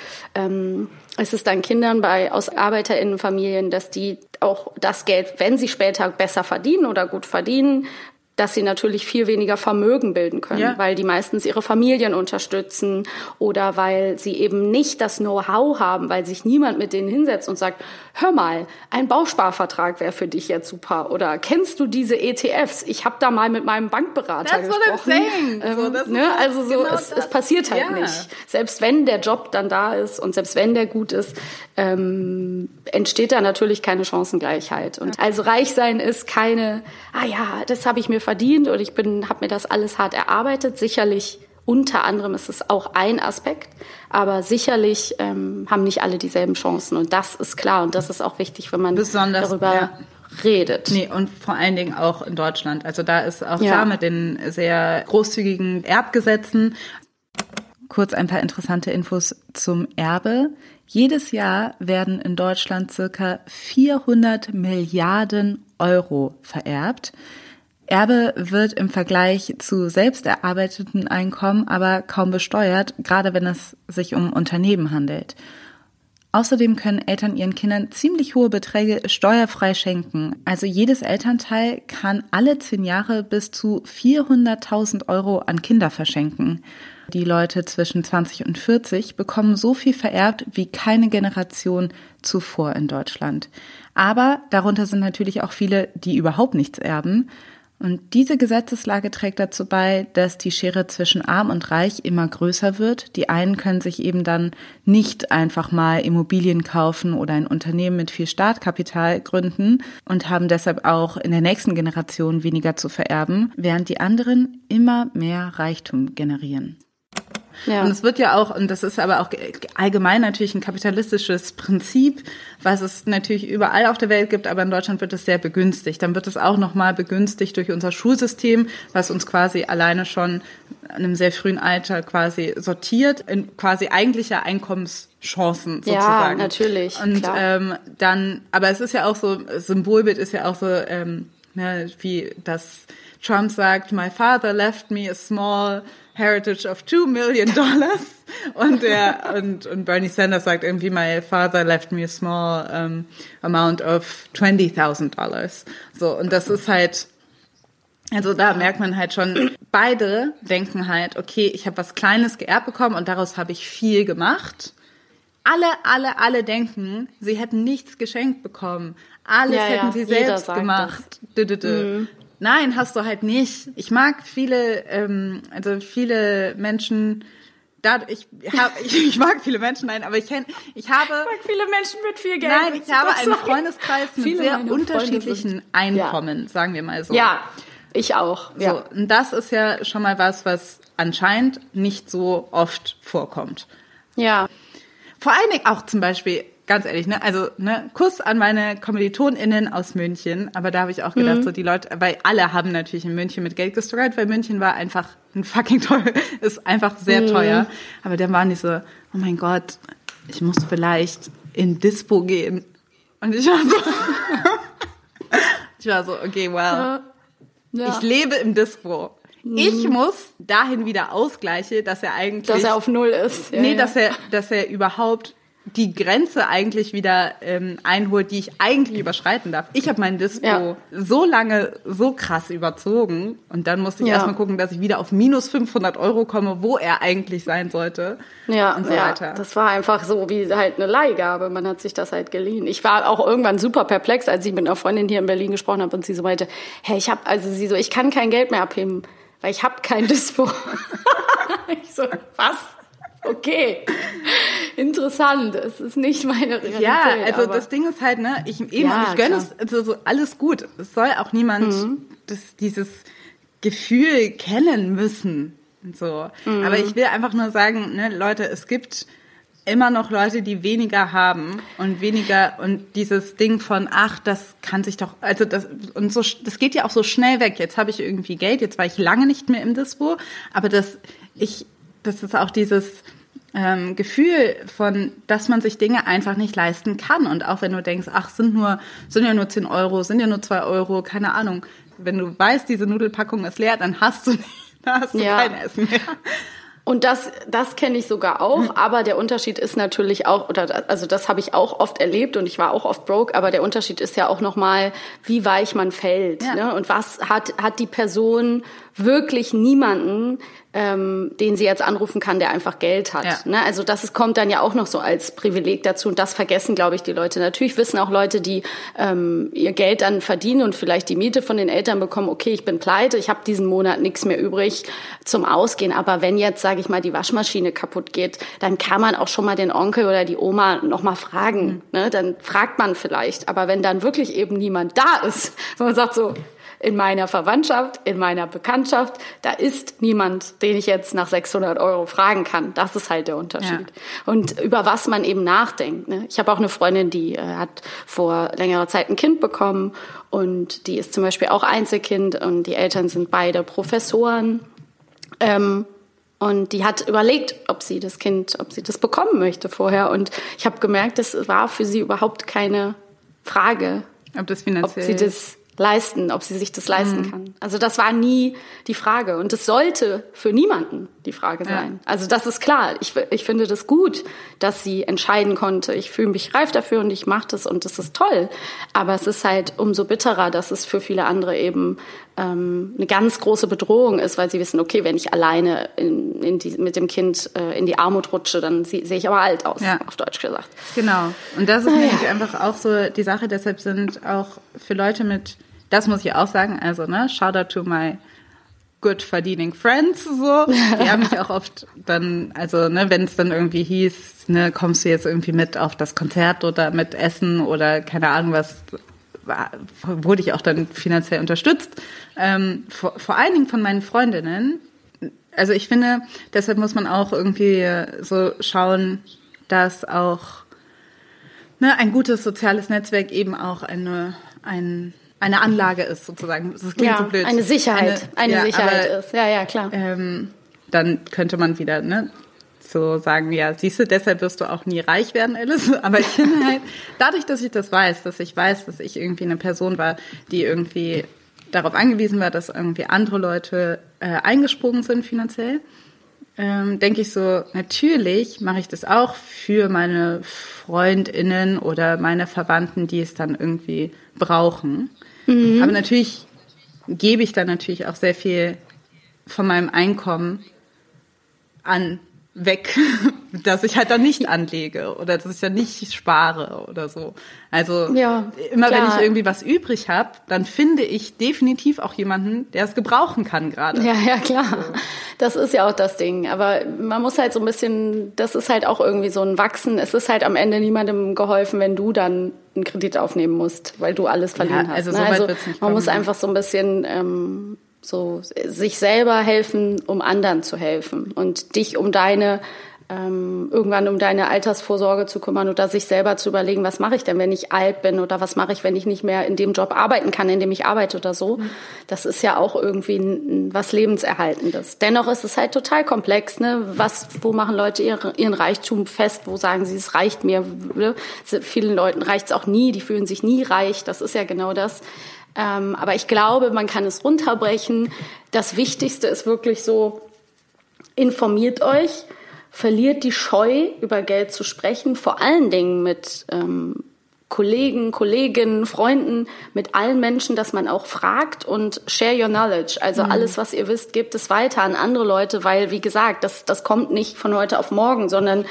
es ist dann Kindern aus ArbeiterInnenfamilien, dass die auch das Geld, wenn sie später besser verdienen oder gut verdienen, dass sie natürlich viel weniger Vermögen bilden können, weil die meistens ihre Familien unterstützen oder weil sie eben nicht das Know-how haben, weil sich niemand mit denen hinsetzt und sagt, hör mal, ein Bausparvertrag wäre für dich jetzt super oder kennst du diese ETFs? Ich habe da mal mit meinem Bankberater gesprochen. Es passiert halt nicht. Selbst wenn der Job dann da ist und selbst wenn der gut ist, entsteht da natürlich keine Chancengleichheit. Und also reich sein ist keine, das habe ich mir verdient oder habe mir das alles hart erarbeitet. Sicherlich, unter anderem ist es auch ein Aspekt, aber sicherlich haben nicht alle dieselben Chancen und das ist klar und das ist auch wichtig, wenn man darüber redet. Nee, und vor allen Dingen auch in Deutschland. Also da ist auch klar mit den sehr großzügigen Erbgesetzen. Kurz ein paar interessante Infos zum Erbe. Jedes Jahr werden in Deutschland circa 400 Milliarden Euro vererbt. Erbe wird im Vergleich zu selbst erarbeiteten Einkommen aber kaum besteuert, gerade wenn es sich um Unternehmen handelt. Außerdem können Eltern ihren Kindern ziemlich hohe Beträge steuerfrei schenken. Also jedes Elternteil kann alle 10 Jahre bis zu 400.000 Euro an Kinder verschenken. Die Leute zwischen 20 und 40 bekommen so viel vererbt wie keine Generation zuvor in Deutschland. Aber darunter sind natürlich auch viele, die überhaupt nichts erben. Und diese Gesetzeslage trägt dazu bei, dass die Schere zwischen Arm und Reich immer größer wird. Die einen können sich eben dann nicht einfach mal Immobilien kaufen oder ein Unternehmen mit viel Startkapital gründen und haben deshalb auch in der nächsten Generation weniger zu vererben, während die anderen immer mehr Reichtum generieren. Ja. Und es wird ja auch, und das ist aber auch allgemein natürlich ein kapitalistisches Prinzip, was es natürlich überall auf der Welt gibt, aber in Deutschland wird es sehr begünstigt. Dann wird es auch nochmal begünstigt durch unser Schulsystem, was uns quasi alleine schon in einem sehr frühen Alter quasi sortiert, in quasi eigentliche Einkommenschancen sozusagen. Ja, natürlich. Und aber es ist ja auch so, Symbolbild ist ja auch so, wie das Trump sagt, my father left me a small heritage of $2 million. Und Bernie Sanders sagt irgendwie, my father left me a small amount of $20,000. So, und das ist halt, also da merkt man halt schon, beide denken halt, okay, ich habe was Kleines geerbt bekommen und daraus habe ich viel gemacht. Alle denken, sie hätten nichts geschenkt bekommen. Alles hätten sie selbst gemacht. Nein, hast du halt nicht. Ich mag viele Menschen. Ich mag viele Menschen, nein, aber ich mag viele Menschen mit viel Geld. Nein, ich habe einen Freundeskreis mit sehr unterschiedlichen Einkommen, sagen wir mal so. Ja, ich auch. Ja. So, und das ist ja schon mal was anscheinend nicht so oft vorkommt. Ja. Vor allen Dingen auch zum Beispiel, ganz ehrlich, Kuss an meine KommilitonInnen aus München, aber da habe ich auch gedacht, so die Leute, weil alle haben natürlich in München mit Geld gestruggelt, weil München war einfach ist einfach sehr teuer, aber dann waren die so, oh mein Gott, ich muss vielleicht in Dispo gehen und ich war so, okay, well, ich lebe im Dispo. Ich muss dahin wieder ausgleichen, dass er auf Null ist. Dass er überhaupt die Grenze eigentlich wieder einholt, die ich eigentlich überschreiten darf. Ich habe mein Dispo so lange so krass überzogen und dann musste ich erstmal gucken, dass ich wieder auf minus 500 € komme, wo er eigentlich sein sollte und so weiter. Das war einfach so wie halt eine Leihgabe. Man hat sich das halt geliehen. Ich war auch irgendwann super perplex, als ich mit einer Freundin hier in Berlin gesprochen habe und sie so meinte, hey, ich kann kein Geld mehr abheben, weil ich habe kein Dispo. Ich so, was? Okay, interessant. Es ist nicht meine Realität. Ja, also das Ding ist halt, ne, ich gönne es, also so alles gut. Es soll auch niemand dieses Gefühl kennen müssen. Und so. Aber ich will einfach nur sagen, ne, Leute, es gibt immer noch Leute, die weniger haben und dieses Ding von, ach, das kann sich doch, also das geht ja auch so schnell weg. Jetzt habe ich irgendwie Geld, jetzt war ich lange nicht mehr im Dispo, aber das ist auch dieses Gefühl von, dass man sich Dinge einfach nicht leisten kann. Und auch wenn du denkst, ach, sind ja nur 10 €, sind ja nur 2 €, keine Ahnung. Wenn du weißt, diese Nudelpackung ist leer, dann hast du kein Essen mehr. Und das kenne ich sogar auch, aber der Unterschied ist natürlich auch, also das habe ich auch oft erlebt und ich war auch oft broke, aber der Unterschied ist ja auch nochmal, wie weich man fällt. Ja. Ne? Und was hat die Person wirklich niemanden, den sie jetzt anrufen kann, der einfach Geld hat. Ja. Ne? Also kommt dann ja auch noch so als Privileg dazu und das vergessen, glaube ich, die Leute. Natürlich wissen auch Leute, die ihr Geld dann verdienen und vielleicht die Miete von den Eltern bekommen, okay, ich bin pleite, ich habe diesen Monat nichts mehr übrig zum Ausgehen. Aber wenn jetzt, sage ich mal, die Waschmaschine kaputt geht, dann kann man auch schon mal den Onkel oder die Oma noch mal fragen. Ne? Dann fragt man vielleicht. Aber wenn dann wirklich eben niemand da ist, wo man sagt so, in meiner Verwandtschaft, in meiner Bekanntschaft, da ist niemand, den ich jetzt nach 600 € fragen kann. Das ist halt der Unterschied. Ja. Und über was man eben nachdenkt. Ne? Ich habe auch eine Freundin, die hat vor längerer Zeit ein Kind bekommen und die ist zum Beispiel auch Einzelkind und die Eltern sind beide Professoren. Und die hat überlegt, ob sie das bekommen möchte vorher. Und ich habe gemerkt, das war für sie überhaupt keine Frage, ob sie sich das leisten kann. Also das war nie die Frage. Und es sollte für niemanden die Frage sein. Also das ist klar. Ich finde das gut, dass sie entscheiden konnte. Ich fühle mich reif dafür und ich mache das und das ist toll. Aber es ist halt umso bitterer, dass es für viele andere eben eine ganz große Bedrohung ist, weil sie wissen, okay, wenn ich alleine mit dem Kind in die Armut rutsche, dann sehe ich aber alt aus, auf Deutsch gesagt. Genau. Und das ist nämlich einfach auch so die Sache. Deshalb sind auch für Leute das muss ich auch sagen, also shout out to my good verdiening friends, so. Die haben mich auch oft dann, also wenn es dann irgendwie hieß, kommst du jetzt irgendwie mit auf das Konzert oder mit Essen oder keine Ahnung was, wurde ich auch dann finanziell unterstützt. Vor allen Dingen von meinen Freundinnen. Also ich finde, deshalb muss man auch irgendwie so schauen, dass auch ein gutes soziales Netzwerk eben auch eine Anlage ist, sozusagen. Das klingt so blöd. Eine Sicherheit. Ist. Ja, klar. Dann könnte man wieder, so sagen, ja, siehst du, deshalb wirst du auch nie reich werden, Alice. Aber ich finde halt, dadurch, dass ich weiß, dass ich irgendwie eine Person war, die irgendwie darauf angewiesen war, dass irgendwie andere Leute eingesprungen sind finanziell, denke ich so, natürlich mache ich das auch für meine FreundInnen oder meine Verwandten, die es dann irgendwie brauchen. Mhm. Aber natürlich gebe ich dann natürlich auch sehr viel von meinem Einkommen weg, dass ich halt dann nicht anlege oder dass ich dann nicht spare oder so. Also immer wenn ich irgendwie was übrig habe, dann finde ich definitiv auch jemanden, der es gebrauchen kann gerade. Ja, klar. So. Das ist ja auch das Ding. Aber man muss halt so ein bisschen, das ist halt auch irgendwie so ein Wachsen. Es ist halt am Ende niemandem geholfen, wenn du dann einen Kredit aufnehmen musst, weil du alles verliehen hast. Also so weit wird's nicht kommen. Man muss einfach so ein bisschen so sich selber helfen, um anderen zu helfen und dich irgendwann um deine Altersvorsorge zu kümmern oder sich selber zu überlegen, was mache ich denn, wenn ich alt bin oder was mache ich, wenn ich nicht mehr in dem Job arbeiten kann, in dem ich arbeite oder so. Das ist ja auch irgendwie was Lebenserhaltendes. Dennoch ist es halt total komplex, wo machen Leute ihren Reichtum fest, wo sagen sie, es reicht mir. Vielen Leuten reicht es auch nie, die fühlen sich nie reich, das ist ja genau das. Aber ich glaube, man kann es runterbrechen. Das Wichtigste ist wirklich so, informiert euch, verliert die Scheu, über Geld zu sprechen, vor allen Dingen mit Kollegen, Kolleginnen, Freunden, mit allen Menschen, dass man auch fragt und share your knowledge. Also alles, was ihr wisst, gebt es weiter an andere Leute, weil, wie gesagt, das kommt nicht von heute auf morgen, sondern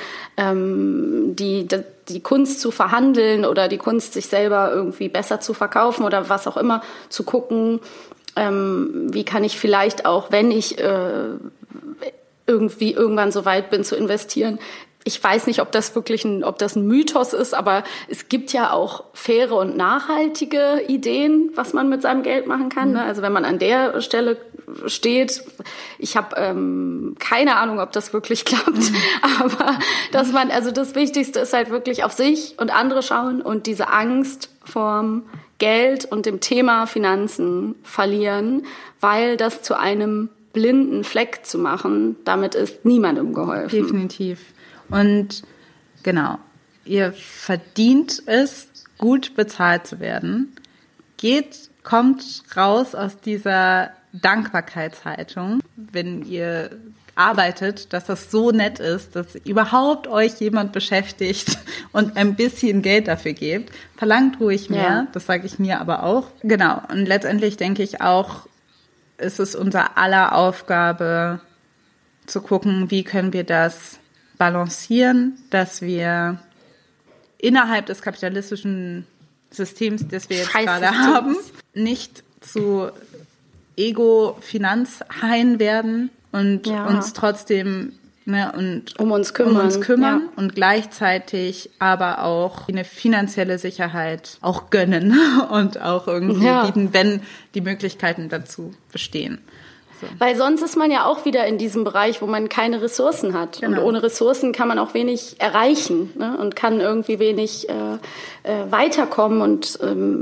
die Kunst zu verhandeln oder die Kunst, sich selber irgendwie besser zu verkaufen oder was auch immer, zu gucken, wie kann ich vielleicht auch, wenn ich irgendwie irgendwann so weit bin zu investieren. Ich weiß nicht, ob das ein Mythos ist, aber es gibt ja auch faire und nachhaltige Ideen, was man mit seinem Geld machen kann. Ne? Also wenn man an der Stelle steht, ich habe keine Ahnung, ob das wirklich klappt, aber das Wichtigste ist halt wirklich auf sich und andere schauen und diese Angst vorm Geld und dem Thema Finanzen verlieren, weil das zu einem blinden Fleck zu machen, damit ist niemandem geholfen. Definitiv. Und genau, ihr verdient es, gut bezahlt zu werden. Kommt raus aus dieser Dankbarkeitshaltung, wenn ihr arbeitet, dass das so nett ist, dass überhaupt euch jemand beschäftigt und ein bisschen Geld dafür gebt. Verlangt ruhig mehr, das sage ich mir aber auch. Genau, und letztendlich denke ich auch, ist es unser aller Aufgabe zu gucken, wie können wir das balancieren, dass wir innerhalb des kapitalistischen Systems, das wir jetzt gerade haben, nicht zu Ego-Finanzhaien werden und uns trotzdem um uns kümmern und gleichzeitig aber auch eine finanzielle Sicherheit auch gönnen und auch irgendwie bieten, wenn die Möglichkeiten dazu bestehen. So. Weil sonst ist man ja auch wieder in diesem Bereich, wo man keine Ressourcen hat. Genau. Und ohne Ressourcen kann man auch wenig erreichen, ne? Und kann irgendwie wenig weiterkommen. Und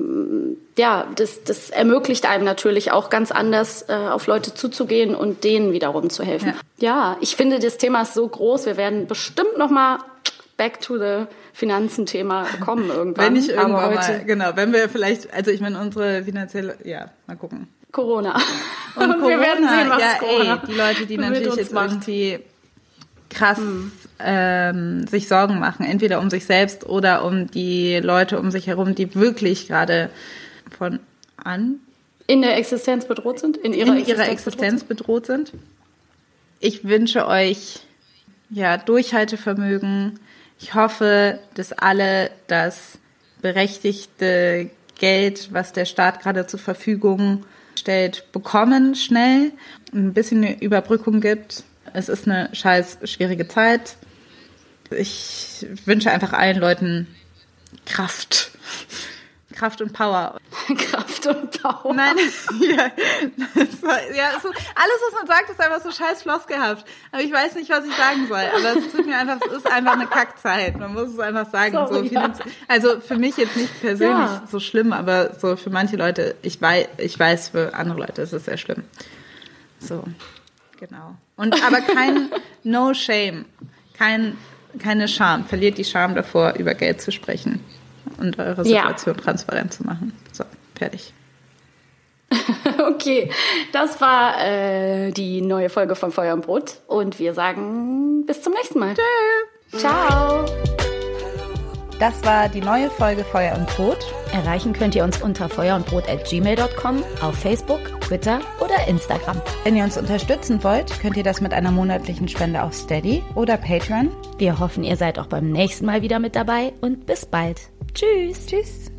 das ermöglicht einem natürlich auch ganz anders auf Leute zuzugehen und denen wiederum zu helfen. Ja, ich finde, das Thema ist so groß. Wir werden bestimmt noch mal back to the Finanzen-Thema kommen irgendwann. Wenn nicht irgendwann mal, genau. Wenn wir vielleicht, also ich meine, unsere finanzielle, mal gucken. Corona. Und Corona, wir werden sehen, was Corona die Leute, die natürlich jetzt irgendwie krass sich Sorgen machen, entweder um sich selbst oder um die Leute um sich herum, die wirklich gerade in der Existenz bedroht sind, in ihrer Existenz bedroht sind. Ich wünsche euch Durchhaltevermögen. Ich hoffe, dass alle das berechtigte Geld, was der Staat gerade zur Verfügung stellt, bekommen schnell, ein bisschen eine Überbrückung gibt. Es ist eine scheiß schwierige Zeit. Ich wünsche einfach allen Leuten Kraft und Power. Kraft und Power. Nein, alles, was man sagt, ist einfach so scheiß floskelhaft. Aber ich weiß nicht, was ich sagen soll. Aber es ist einfach eine Kackzeit. Man muss es einfach sagen. Also für mich jetzt nicht persönlich so schlimm, aber so für manche Leute, ich weiß, für andere Leute ist es sehr schlimm. So, genau. Aber kein No Shame, keine Scham. Verliert die Scham davor, über Geld zu sprechen. Und eure Situation transparent zu machen. So, fertig. Okay, das war die neue Folge von Feuer und Brot. Und wir sagen bis zum nächsten Mal. Tschö. Ciao. Das war die neue Folge Feuer und Brot. Erreichen könnt ihr uns unter feuerundbrot@gmail.com, auf Facebook, Twitter oder Instagram. Wenn ihr uns unterstützen wollt, könnt ihr das mit einer monatlichen Spende auf Steady oder Patreon. Wir hoffen, ihr seid auch beim nächsten Mal wieder mit dabei und bis bald. Tschüss. Tschüss.